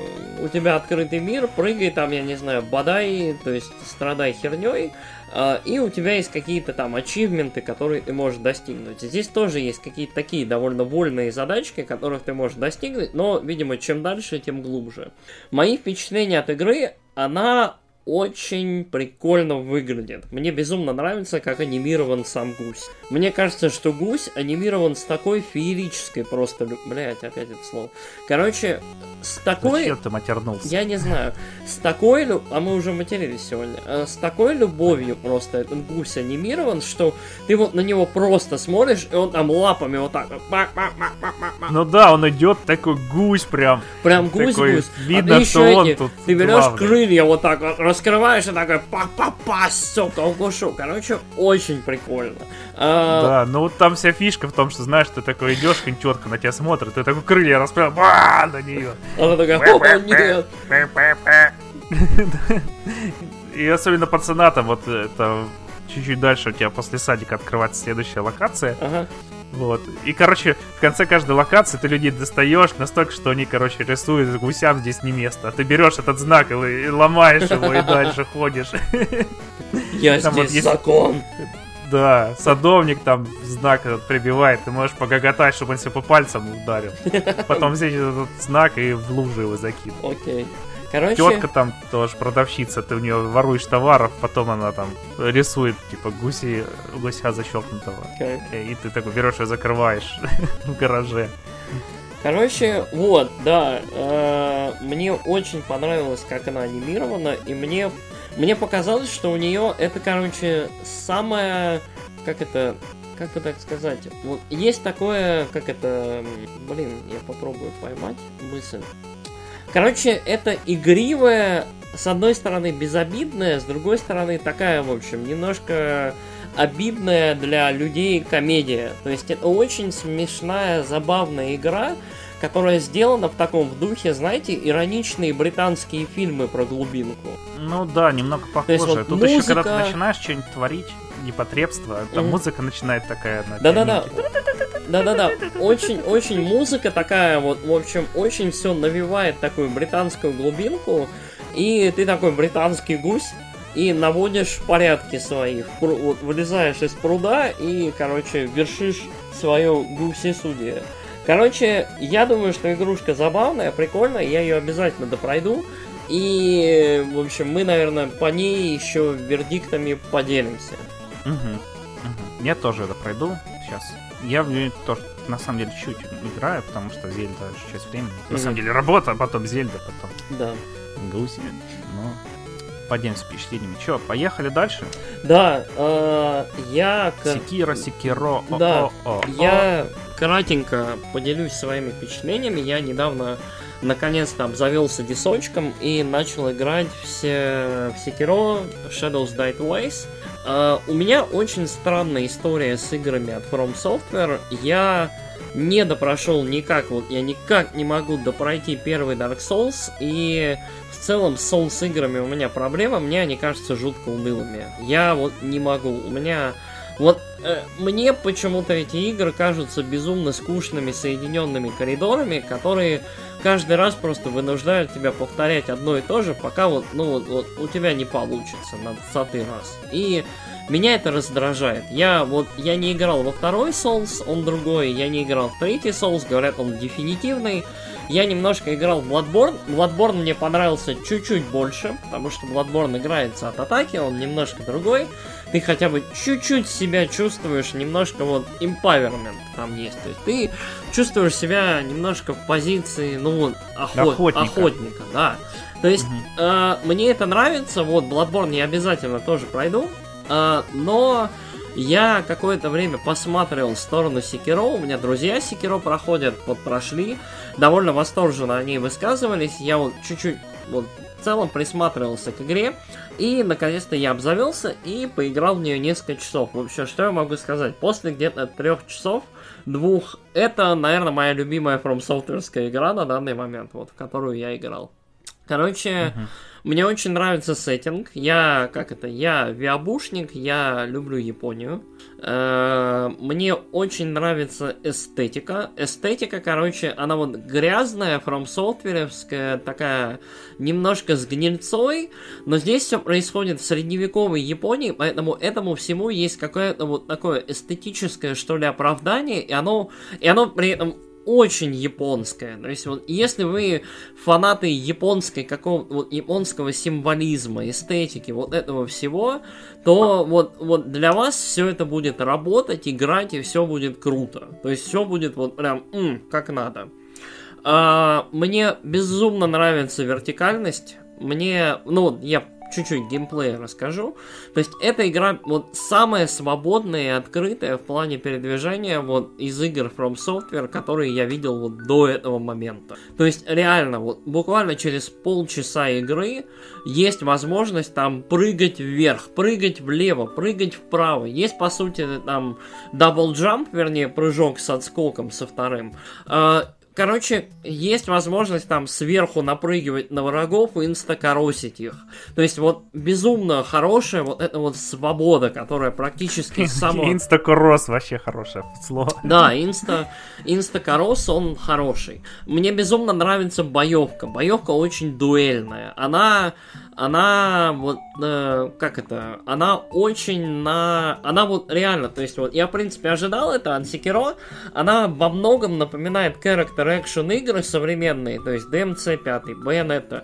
у тебя открытый мир, прыгай там, я не знаю, бодай, то есть страдай херней, э, и у тебя есть какие-то там ачивменты, которые ты можешь достигнуть. Здесь тоже есть какие-то такие довольно вольные задачки, которых ты можешь достигнуть, но, видимо, чем дальше, тем глубже. Мои впечатления от игры, она... очень прикольно выглядит. Мне безумно нравится, как анимирован сам гусь. Мне кажется, что гусь анимирован с такой феерической просто... Блять, опять это слово. Короче, с такой... Зачем ты матернулся? Я не знаю. С такой... Лю... А мы уже матерились сегодня. С такой любовью просто этот гусь анимирован, что ты вот на него просто смотришь, и он там лапами вот так... Ну да, он идет такой гусь прям. Прям гусь-гусь. Видно, а что он эти... тут Ты берешь главный. Крылья вот так вот, раскрываешь и такой па-па-па, сука, укушу. Короче, очень прикольно. А... Да, ну вот там вся фишка в том, что, знаешь, ты такой идешь, тетка на тебя смотрит, ты такой крылья расправил, ба, на нее. Она такая, о, нет. И особенно пацана там вот это чуть-чуть дальше у тебя после садика открывается следующая локация. Ага. Вот. И, короче, в конце каждой локации ты людей достаешь настолько, что они, короче, рисуют, гусям здесь не место. А ты берешь этот знак и, и ломаешь его, и дальше ходишь. Я здесь закон. Да, садовник там знак этот прибивает, ты можешь погоготать, чтобы он себе по пальцам ударил. Потом взять этот знак и в лужу его закинуть. Окей. Короче... Тетка там тоже продавщица, ты у нее воруешь товаров, потом она там рисует, типа, гуси, гуся защелкнутого. Okay. И ты такой берешь и закрываешь в гараже. Короче, вот, да, э, мне очень понравилось, как она анимирована, и мне, мне показалось, что у нее это, короче, самое, как это, как бы так сказать, вот есть такое, как это, блин, я попробую поймать мысль. Короче, это игривая, с одной стороны безобидная, с другой стороны такая, в общем, немножко обидная для людей комедия. То есть это очень смешная, забавная игра, которая сделана в таком в духе, знаете, ироничные британские фильмы про глубинку. Ну да, немного похоже. Вот Тут музыка... еще когда ты начинаешь что-нибудь творить, непотребство, там mm-hmm. музыка начинает такая... Да-да-да. Да-да-да, очень-очень музыка такая, вот, в общем, очень все навевает такую британскую глубинку, и ты такой британский гусь, и наводишь порядки свои, вот, вылезаешь из пруда и, короче, вершишь свое гусесудие. Короче, я думаю, что игрушка забавная, прикольная, я ее обязательно допройду, и, в общем, мы, наверное, по ней еще вердиктами поделимся. Угу, угу. Я тоже это пройду сейчас. Я в нее тоже, на самом деле, чуть играю, потому что Зельда часть времени. Mm-hmm. На самом деле, работа, а потом Зельда, потом да. Гуси. Ну, поделимся впечатлениями. Че, поехали дальше? Да, э, я... Секиро, Секиро, да, я кратенько поделюсь своими впечатлениями. Я недавно, наконец-то, обзавелся дисочком и начал играть все в Sekiro Shadows Die Twice. Uh, у меня очень странная история с играми от From Software. Я не допрошел никак, вот я никак не могу допройти первый Dark Souls, и в целом с Souls играми у меня проблема, мне они кажутся жутко унылыми. Я вот не могу, у меня... Вот э, мне почему-то эти игры кажутся безумно скучными соединенными коридорами, которые каждый раз просто вынуждают тебя повторять одно и то же, пока вот, ну, вот, вот у тебя не получится на двадцатый раз. И меня это раздражает. Я вот, я не играл во второй Souls, он другой, я не играл в третий Souls, говорят, он дефинитивный. Я немножко играл в Bloodborne. Bloodborne мне понравился чуть-чуть больше, потому что Bloodborne играется от атаки, он немножко другой. Ты хотя бы чуть-чуть себя чувствуешь, немножко вот empowerment там есть. То есть ты чувствуешь себя немножко в позиции, ну вот, охот... охотника. охотника, да. То есть угу. э, мне это нравится, вот Bloodborne я обязательно тоже пройду, э, но я какое-то время посматривал в сторону Sekiro, у меня друзья Sekiro проходят, вот прошли, довольно восторженно они высказывались, я вот чуть-чуть вот в целом присматривался к игре, и наконец-то я обзавелся и поиграл в нее несколько часов. В общем, что я могу сказать? После где-то трех часов, двух, это, наверное, моя любимая From Software'ская игра на данный момент, вот, в которую я играл. Короче, uh-huh. мне очень нравится сеттинг. Я, как это, я виабушник, я люблю Японию. Мне очень нравится эстетика. Эстетика, короче, она вот грязная, From Software'ская, такая немножко с гнильцой, но здесь все происходит в средневековой Японии, поэтому этому всему есть какое-то вот такое эстетическое, что ли, оправдание, и оно, и оно при этом очень японская. То есть вот если вы фанаты японской какого вот японского символизма, эстетики, вот этого всего, то вот, вот для вас все это будет работать, играть, и все будет круто. То есть все будет вот прям м, как надо. А, мне безумно нравится вертикальность. Мне, ну, я чуть-чуть геймплея расскажу. То есть эта игра вот самая свободная и открытая в плане передвижения вот из игр From Software, которые я видел вот до этого момента. То есть реально вот буквально через полчаса игры есть возможность там прыгать вверх, прыгать влево, прыгать вправо. Есть по сути там дабл джамп, вернее прыжок с отскоком со вторым. короче, есть возможность там сверху напрыгивать на врагов и инстакоросить их. То есть вот безумно хорошая вот эта вот свобода, которая практически с самого... Инстакорос вообще хорошее слово. Да, инста... инстакорос, он хороший. Мне безумно нравится боевка. Боевка очень дуэльная. Она... Она вот, э, как это, она очень на, она вот реально, то есть вот я в принципе ожидал это от Sekiro, она во многом напоминает character action игры современные, то есть ди эм си пять, Bayonetta,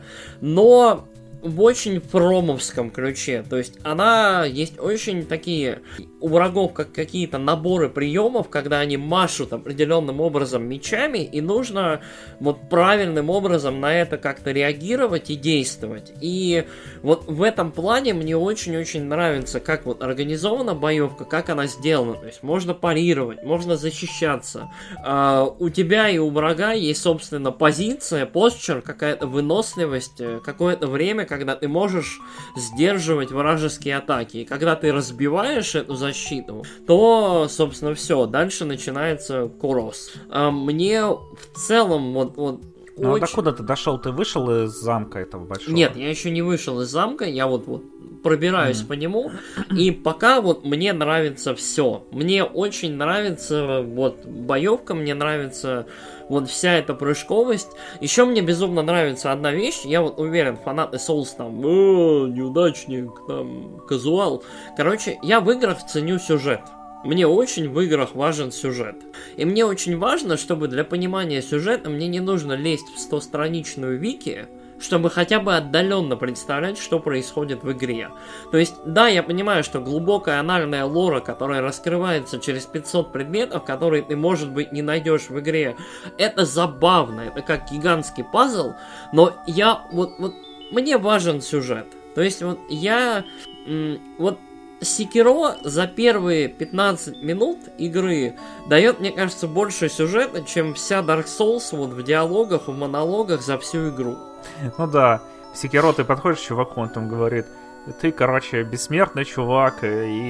но в очень фромовском ключе, то есть она есть очень такие у врагов как какие-то наборы приемов, когда они машут определенным образом мечами, и нужно вот правильным образом на это как-то реагировать и действовать. И вот в этом плане мне очень-очень нравится, как вот организована боевка, как она сделана. То есть можно парировать, можно защищаться. А, у тебя и у врага есть, собственно, позиция, постчер, какая-то выносливость, какое-то время, когда ты можешь сдерживать вражеские атаки. И когда ты разбиваешь эту защиту, то, собственно, все. Дальше начинается курос. А мне в целом вот... вот ну очень... а докуда ты дошел? Ты вышел из замка этого большого? Нет, я еще не вышел из замка. Я вот, вот пробираюсь mm. по нему. И пока вот мне нравится все. Мне очень нравится вот боевка, мне нравится... Вот вся эта прыжковость. Еще мне безумно нравится одна вещь. Я вот уверен, фанаты Souls там, о, неудачник, там, казуал. Короче, я в играх ценю сюжет. Мне очень в играх важен сюжет. И мне очень важно, чтобы для понимания сюжета мне не нужно лезть в стостраничную вики, чтобы хотя бы отдаленно представлять, что происходит в игре. То есть, да, я понимаю, что глубокая анальная лора, которая раскрывается через пятьсот предметов, которые ты, может быть, не найдешь в игре, это забавно, это как гигантский пазл, но я, вот, вот, мне важен сюжет. То есть, вот, я, м- вот, Sekiro за первые пятнадцать минут игры дает, мне кажется, больше сюжета, чем вся Dark Souls вот в диалогах, в монологах за всю игру. Ну да, в Sekiro ты подходишь к чуваку, он там говорит, ты, короче, бессмертный чувак,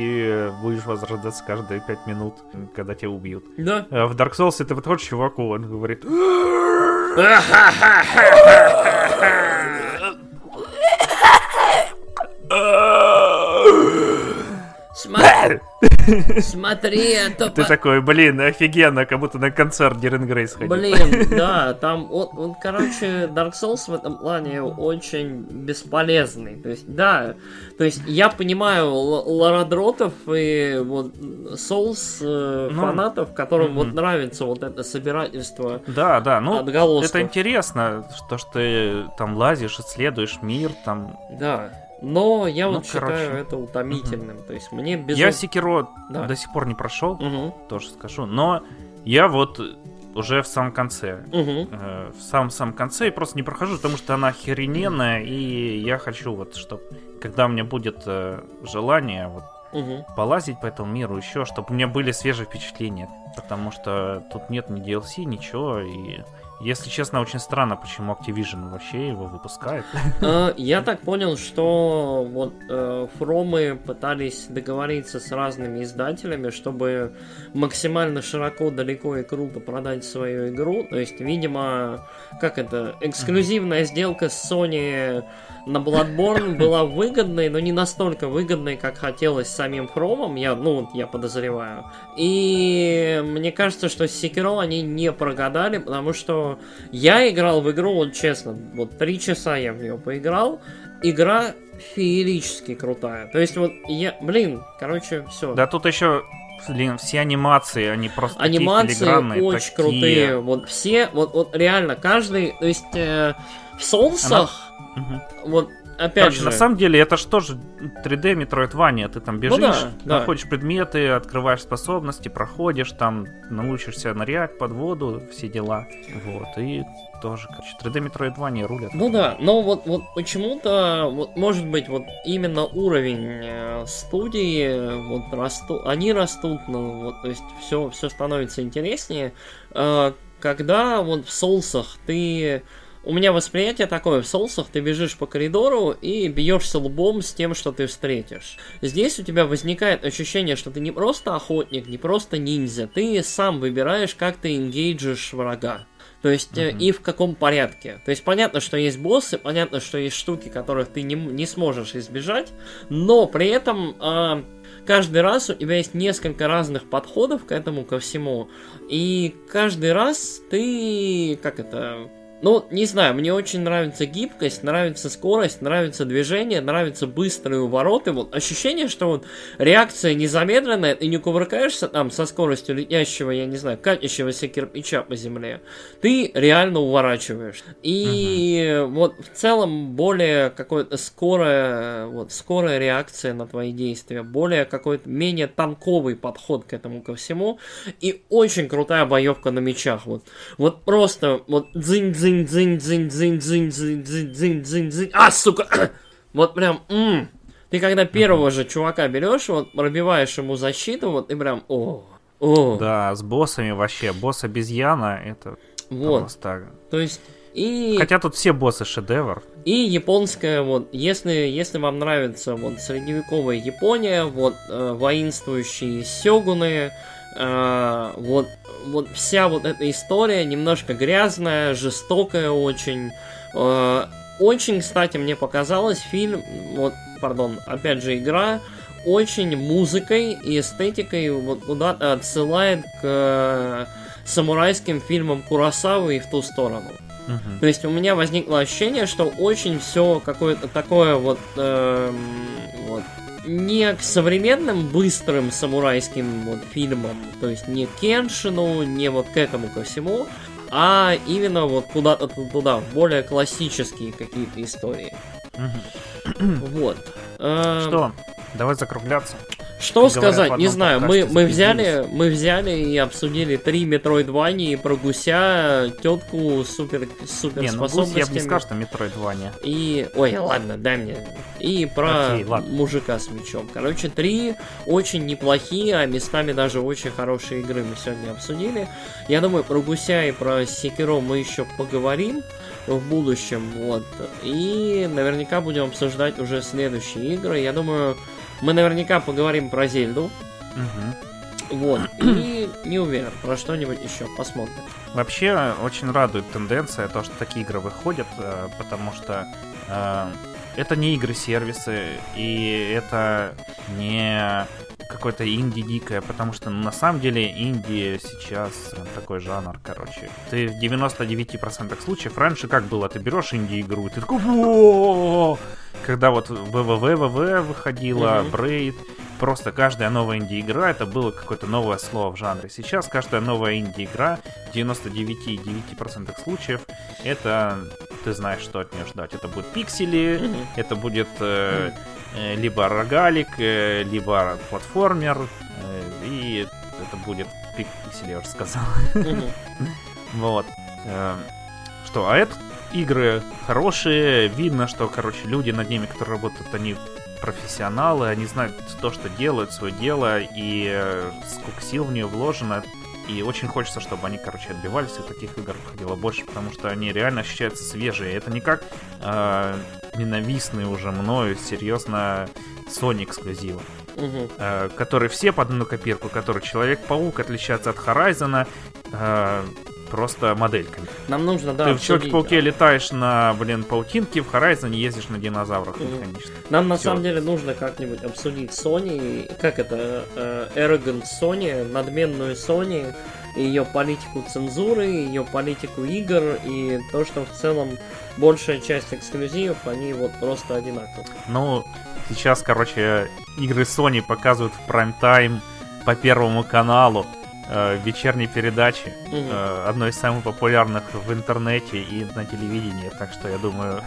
и будешь возрождаться каждые пять минут, когда тебя убьют. Да. А в Dark Souls ты подходишь к чуваку, он говорит... Смотри, смотри, а то... Ты такой, блин, офигенно, как будто на концерт Дирен Грей сходил. Блин, да, там, вот, вот, короче, Dark Souls в этом плане очень бесполезный. То есть, да, то есть я понимаю лорадротов и вот Souls э, ну, фанатов, которым mm-hmm. вот нравится вот это собирательство. Да, да, ну, отголосков. Это интересно, что, что ты там лазишь, исследуешь мир, там... Да. Но я ну, вот короче. считаю это утомительным. Угу. То есть мне безумно... Я Sekiro да. до сих пор не прошел, угу. тоже скажу. Но я вот уже в самом конце. Угу. Э, в самом-самом конце и просто не прохожу, потому что она охрененная. И я хочу вот, чтобы когда у меня будет э, желание вот, угу. полазить по этому миру еще, чтобы у меня были свежие впечатления. Потому что тут нет ни ди эл си, ничего. И... Если честно, очень странно, почему Activision вообще его выпускает. Я так понял, что вот фромы пытались договориться с разными издателями, чтобы максимально широко, далеко и круто продать свою игру. То есть, видимо, как это, эксклюзивная сделка с Sony на Bloodborne была выгодной, но не настолько выгодной, как хотелось самим фромам, я, ну, я подозреваю. И мне кажется, что с Sekiro они не прогадали, потому что я играл в игру, вот честно, вот три часа я в нее поиграл, игра феерически крутая. То есть вот я, блин, короче, все. Да тут еще, блин, все анимации, они просто анимации такие филигранные, очень такие... крутые, вот все, вот, вот реально каждый, то есть э, в Соусах, Она... вот опять Короче, же... на самом деле, это же тоже три дэ Metroidvania. Ты там бежишь, ну да, находишь да. предметы, открываешь способности, проходишь, там научишься нырять под воду, все дела. Вот, и тоже, короче, три дэ Metroidvania рулят. Ну да, но вот, вот почему-то, вот, может быть, вот именно уровень э, студии, вот растут, они растут, ну, вот, то есть все, все становится интереснее. Э, когда вот в Соусах ты... у меня восприятие такое, в соусах ты бежишь по коридору и бьешься лбом с тем, что ты встретишь. Здесь у тебя возникает ощущение, что ты не просто охотник, не просто ниндзя, ты сам выбираешь, как ты энгейджишь врага. То есть, uh-huh. и в каком порядке. То есть, понятно, что есть боссы, понятно, что есть штуки, которых ты не, не сможешь избежать, но при этом э, каждый раз у тебя есть несколько разных подходов к этому, ко всему, и каждый раз ты, как это... Ну, не знаю, мне очень нравится гибкость, нравится скорость, нравится движение, нравятся быстрые увороты. Вот ощущение, что вот реакция незамедленная, ты не кувыркаешься там со скоростью летящего, я не знаю, катящегося кирпича по земле. Ты реально уворачиваешь. И uh-huh. вот в целом более какое-то скорая, вот, скорая реакция на твои действия, более какой-то менее танковый подход к этому ко всему. И очень крутая боевка на мечах. Вот, вот просто вот дзынь-дзынь. Дзынь-дзынь-дзынь-дзынь-дзынь-дзынь-дзынь-дзынь. А, сука! Вот прям, м-м. Ты когда первого же чувака берешь, вот пробиваешь ему защиту, вот и прям, о, о. Да, с боссами вообще, босс обезьяна, это вот. Просто... То есть, и... Хотя тут все боссы шедевр. И японская, вот, если, если вам нравится вот средневековая Япония, вот, э, воинствующие сёгуны, э, вот, вот вся вот эта история немножко грязная, жестокая очень. Э, очень, кстати, мне показалось фильм, вот, пардон, опять же игра, очень музыкой и эстетикой вот куда-то отсылает к э, самурайским фильмам Куросавы и в ту сторону. Uh-huh. То есть у меня возникло ощущение, что очень все какое-то такое вот, э, вот не к современным быстрым самурайским вот фильмам, то есть не к Кеншину, не вот к этому ко всему, а именно вот куда-то туда, в более классические какие-то истории. Uh-huh. Вот. Что? Давай закругляться. Что сказать, не знаю, мы, мы, взяли, мы взяли и обсудили три метроидвании про гуся, тетку с супер, супер не, способностями. Ну, гусь я бы не сказал, что метроидвания. И, ой, ладно, дай мне. И про Окей, мужика с мечом. Короче, три очень неплохие, а местами даже очень хорошие игры мы сегодня обсудили. Я думаю, про гуся и про Секиро мы еще поговорим в будущем, вот. И наверняка будем обсуждать уже следующие игры. Я думаю... Мы наверняка поговорим про Зельду. Угу. Вот. И не уверен, про что-нибудь еще. Посмотрим. Вообще, очень радует тенденция, то, что такие игры выходят, потому что э, это не игры-сервисы, и это не какой-то инди дикое, потому что ну, на самом деле инди сейчас такой жанр, короче. Ты в девяноста девяти процентах случаев, раньше как было, ты берешь инди-игру, ты такой, о-о-о! Когда вот ВВВ выходила, mm-hmm. Braid, просто каждая новая инди-игра это было какое-то новое слово в жанре. Сейчас каждая новая инди-игра в девяноста девяти целых девяти десятых процента случаев это ты знаешь, что от нее ждать. Это будут пиксели, mm-hmm. это будет э, э, либо рогалик, э, либо платформер, э, и это будет пик- пиксели, я уже сказал. Mm-hmm. Вот. Э, что, а это игры хорошие, видно, что, короче, люди над ними, которые работают, они профессионалы, они знают то, что делают, свое дело, и э, сколько сил в нее вложено, и очень хочется, чтобы они, короче, отбивались, и таких игр выходило больше, потому что они реально ощущаются свежие. Это не как э, ненавистные уже мною, серьезно, Sony эксклюзивы, угу. э, которые все под одну копирку, который Человек-паук отличается от Horizon, э, просто модельками. Нам нужно, да, ты в Человеке-пауке да. летаешь на, блин, паутинке, в Horizon ездишь на динозаврах, mm-hmm. конечно. Нам на Всё. самом деле нужно как-нибудь обсудить Sony, как это, э, arrogant Sony, надменную Sony, ее политику цензуры, ее политику игр и то, что в целом большая часть эксклюзивов, они вот просто одинаковы. Ну, сейчас, короче, игры Sony показывают в прайм-тайм по Первому каналу. Вечерней передачи, угу. одной из самых популярных в интернете и на телевидении, так что я думаю,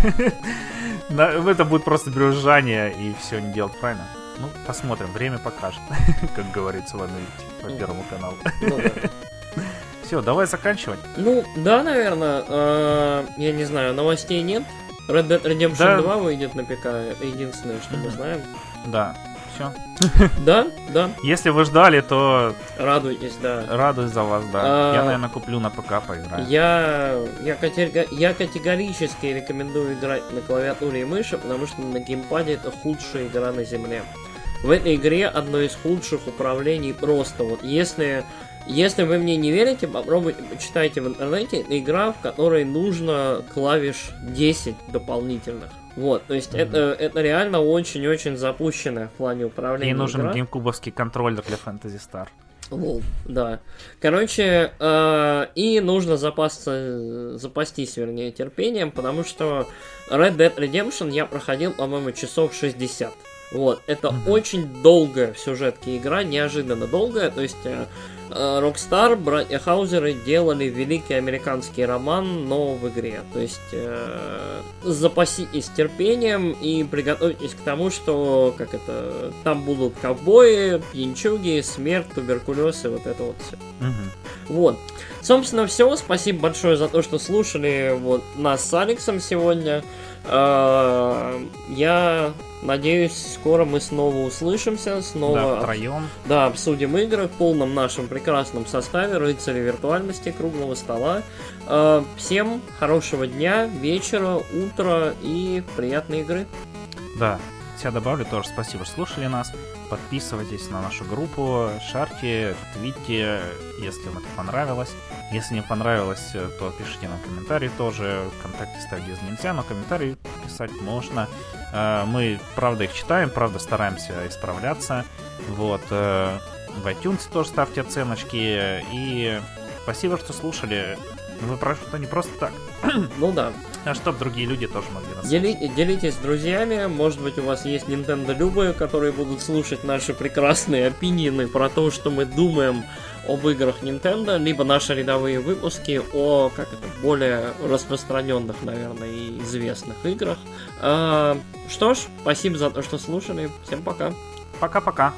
это будет просто брюзжание и все не делать правильно. Ну, посмотрим, время покажет, как говорится в Америке по Первому каналу. Ну, да. Все, давай заканчивать. Ну, да, наверное, э, я не знаю, новостей нет. Red Dead Redemption да. два выйдет на ПК, это единственное, что мы знаем. Да. все. Да, да. Если вы ждали, то... Радуйтесь, да. Радуюсь за вас, да. А... Я, наверное, куплю на ПК, поиграю. Я... Я, катего... я категорически рекомендую играть на клавиатуре и мыши, потому что на геймпаде это худшая игра на земле. В этой игре одно из худших управлений просто. Вот если... Если вы мне не верите, попробуйте, почитайте в интернете. Это игра, в которой нужно клавиш десять дополнительных. Вот, то есть mm-hmm. это, это реально очень-очень запущенная в плане управления. И нужен игра. геймкубовский контроллер для Phantasy Star. Wow, да. Короче, э, и нужно запасться, запастись, вернее, терпением, потому что Red Dead Redemption я проходил, по-моему, часов шестьдесят. Вот, это mm-hmm. очень долгая в сюжетке игра, неожиданно долгая, то есть... Э, Rockstar, братья Хаузеры делали великий американский роман, но в игре. То есть э, запаситесь терпением и приготовьтесь к тому, что как это там будут ковбои, пьянчуги, смерть, туберкулез и вот это вот все. Угу. Вот. Собственно, все. Спасибо большое за то, что слушали вот нас с Алексом сегодня. Э, я надеюсь, скоро мы снова услышимся, снова да, втроем. Да, обсудим игры в полном нашем прекрасном составе, рыцари виртуальности, круглого стола. Э, всем хорошего дня, вечера, утра и приятной игры. Да, я добавлю тоже спасибо, что слушали нас. Подписывайтесь на нашу группу, шарьте, твитте, если вам это понравилось. Если не понравилось, то пишите нам комментарии тоже. Вконтакте ставить нельзя, но комментарии писать можно. Мы, правда, их читаем, правда, стараемся исправляться. Вот. В iTunes тоже ставьте оценочки. И спасибо, что слушали. Вы что не просто так. Ну да. А чтобы другие люди тоже могли нас Дели, Делитесь с друзьями. Может быть, у вас есть Nintendo любые, которые будут слушать наши прекрасные опинионы про то, что мы думаем об играх Nintendo, либо наши рядовые выпуски о, как это, более распространенных, наверное, и известных играх. А, что ж, спасибо за то, что слушали. Всем пока. Пока-пока.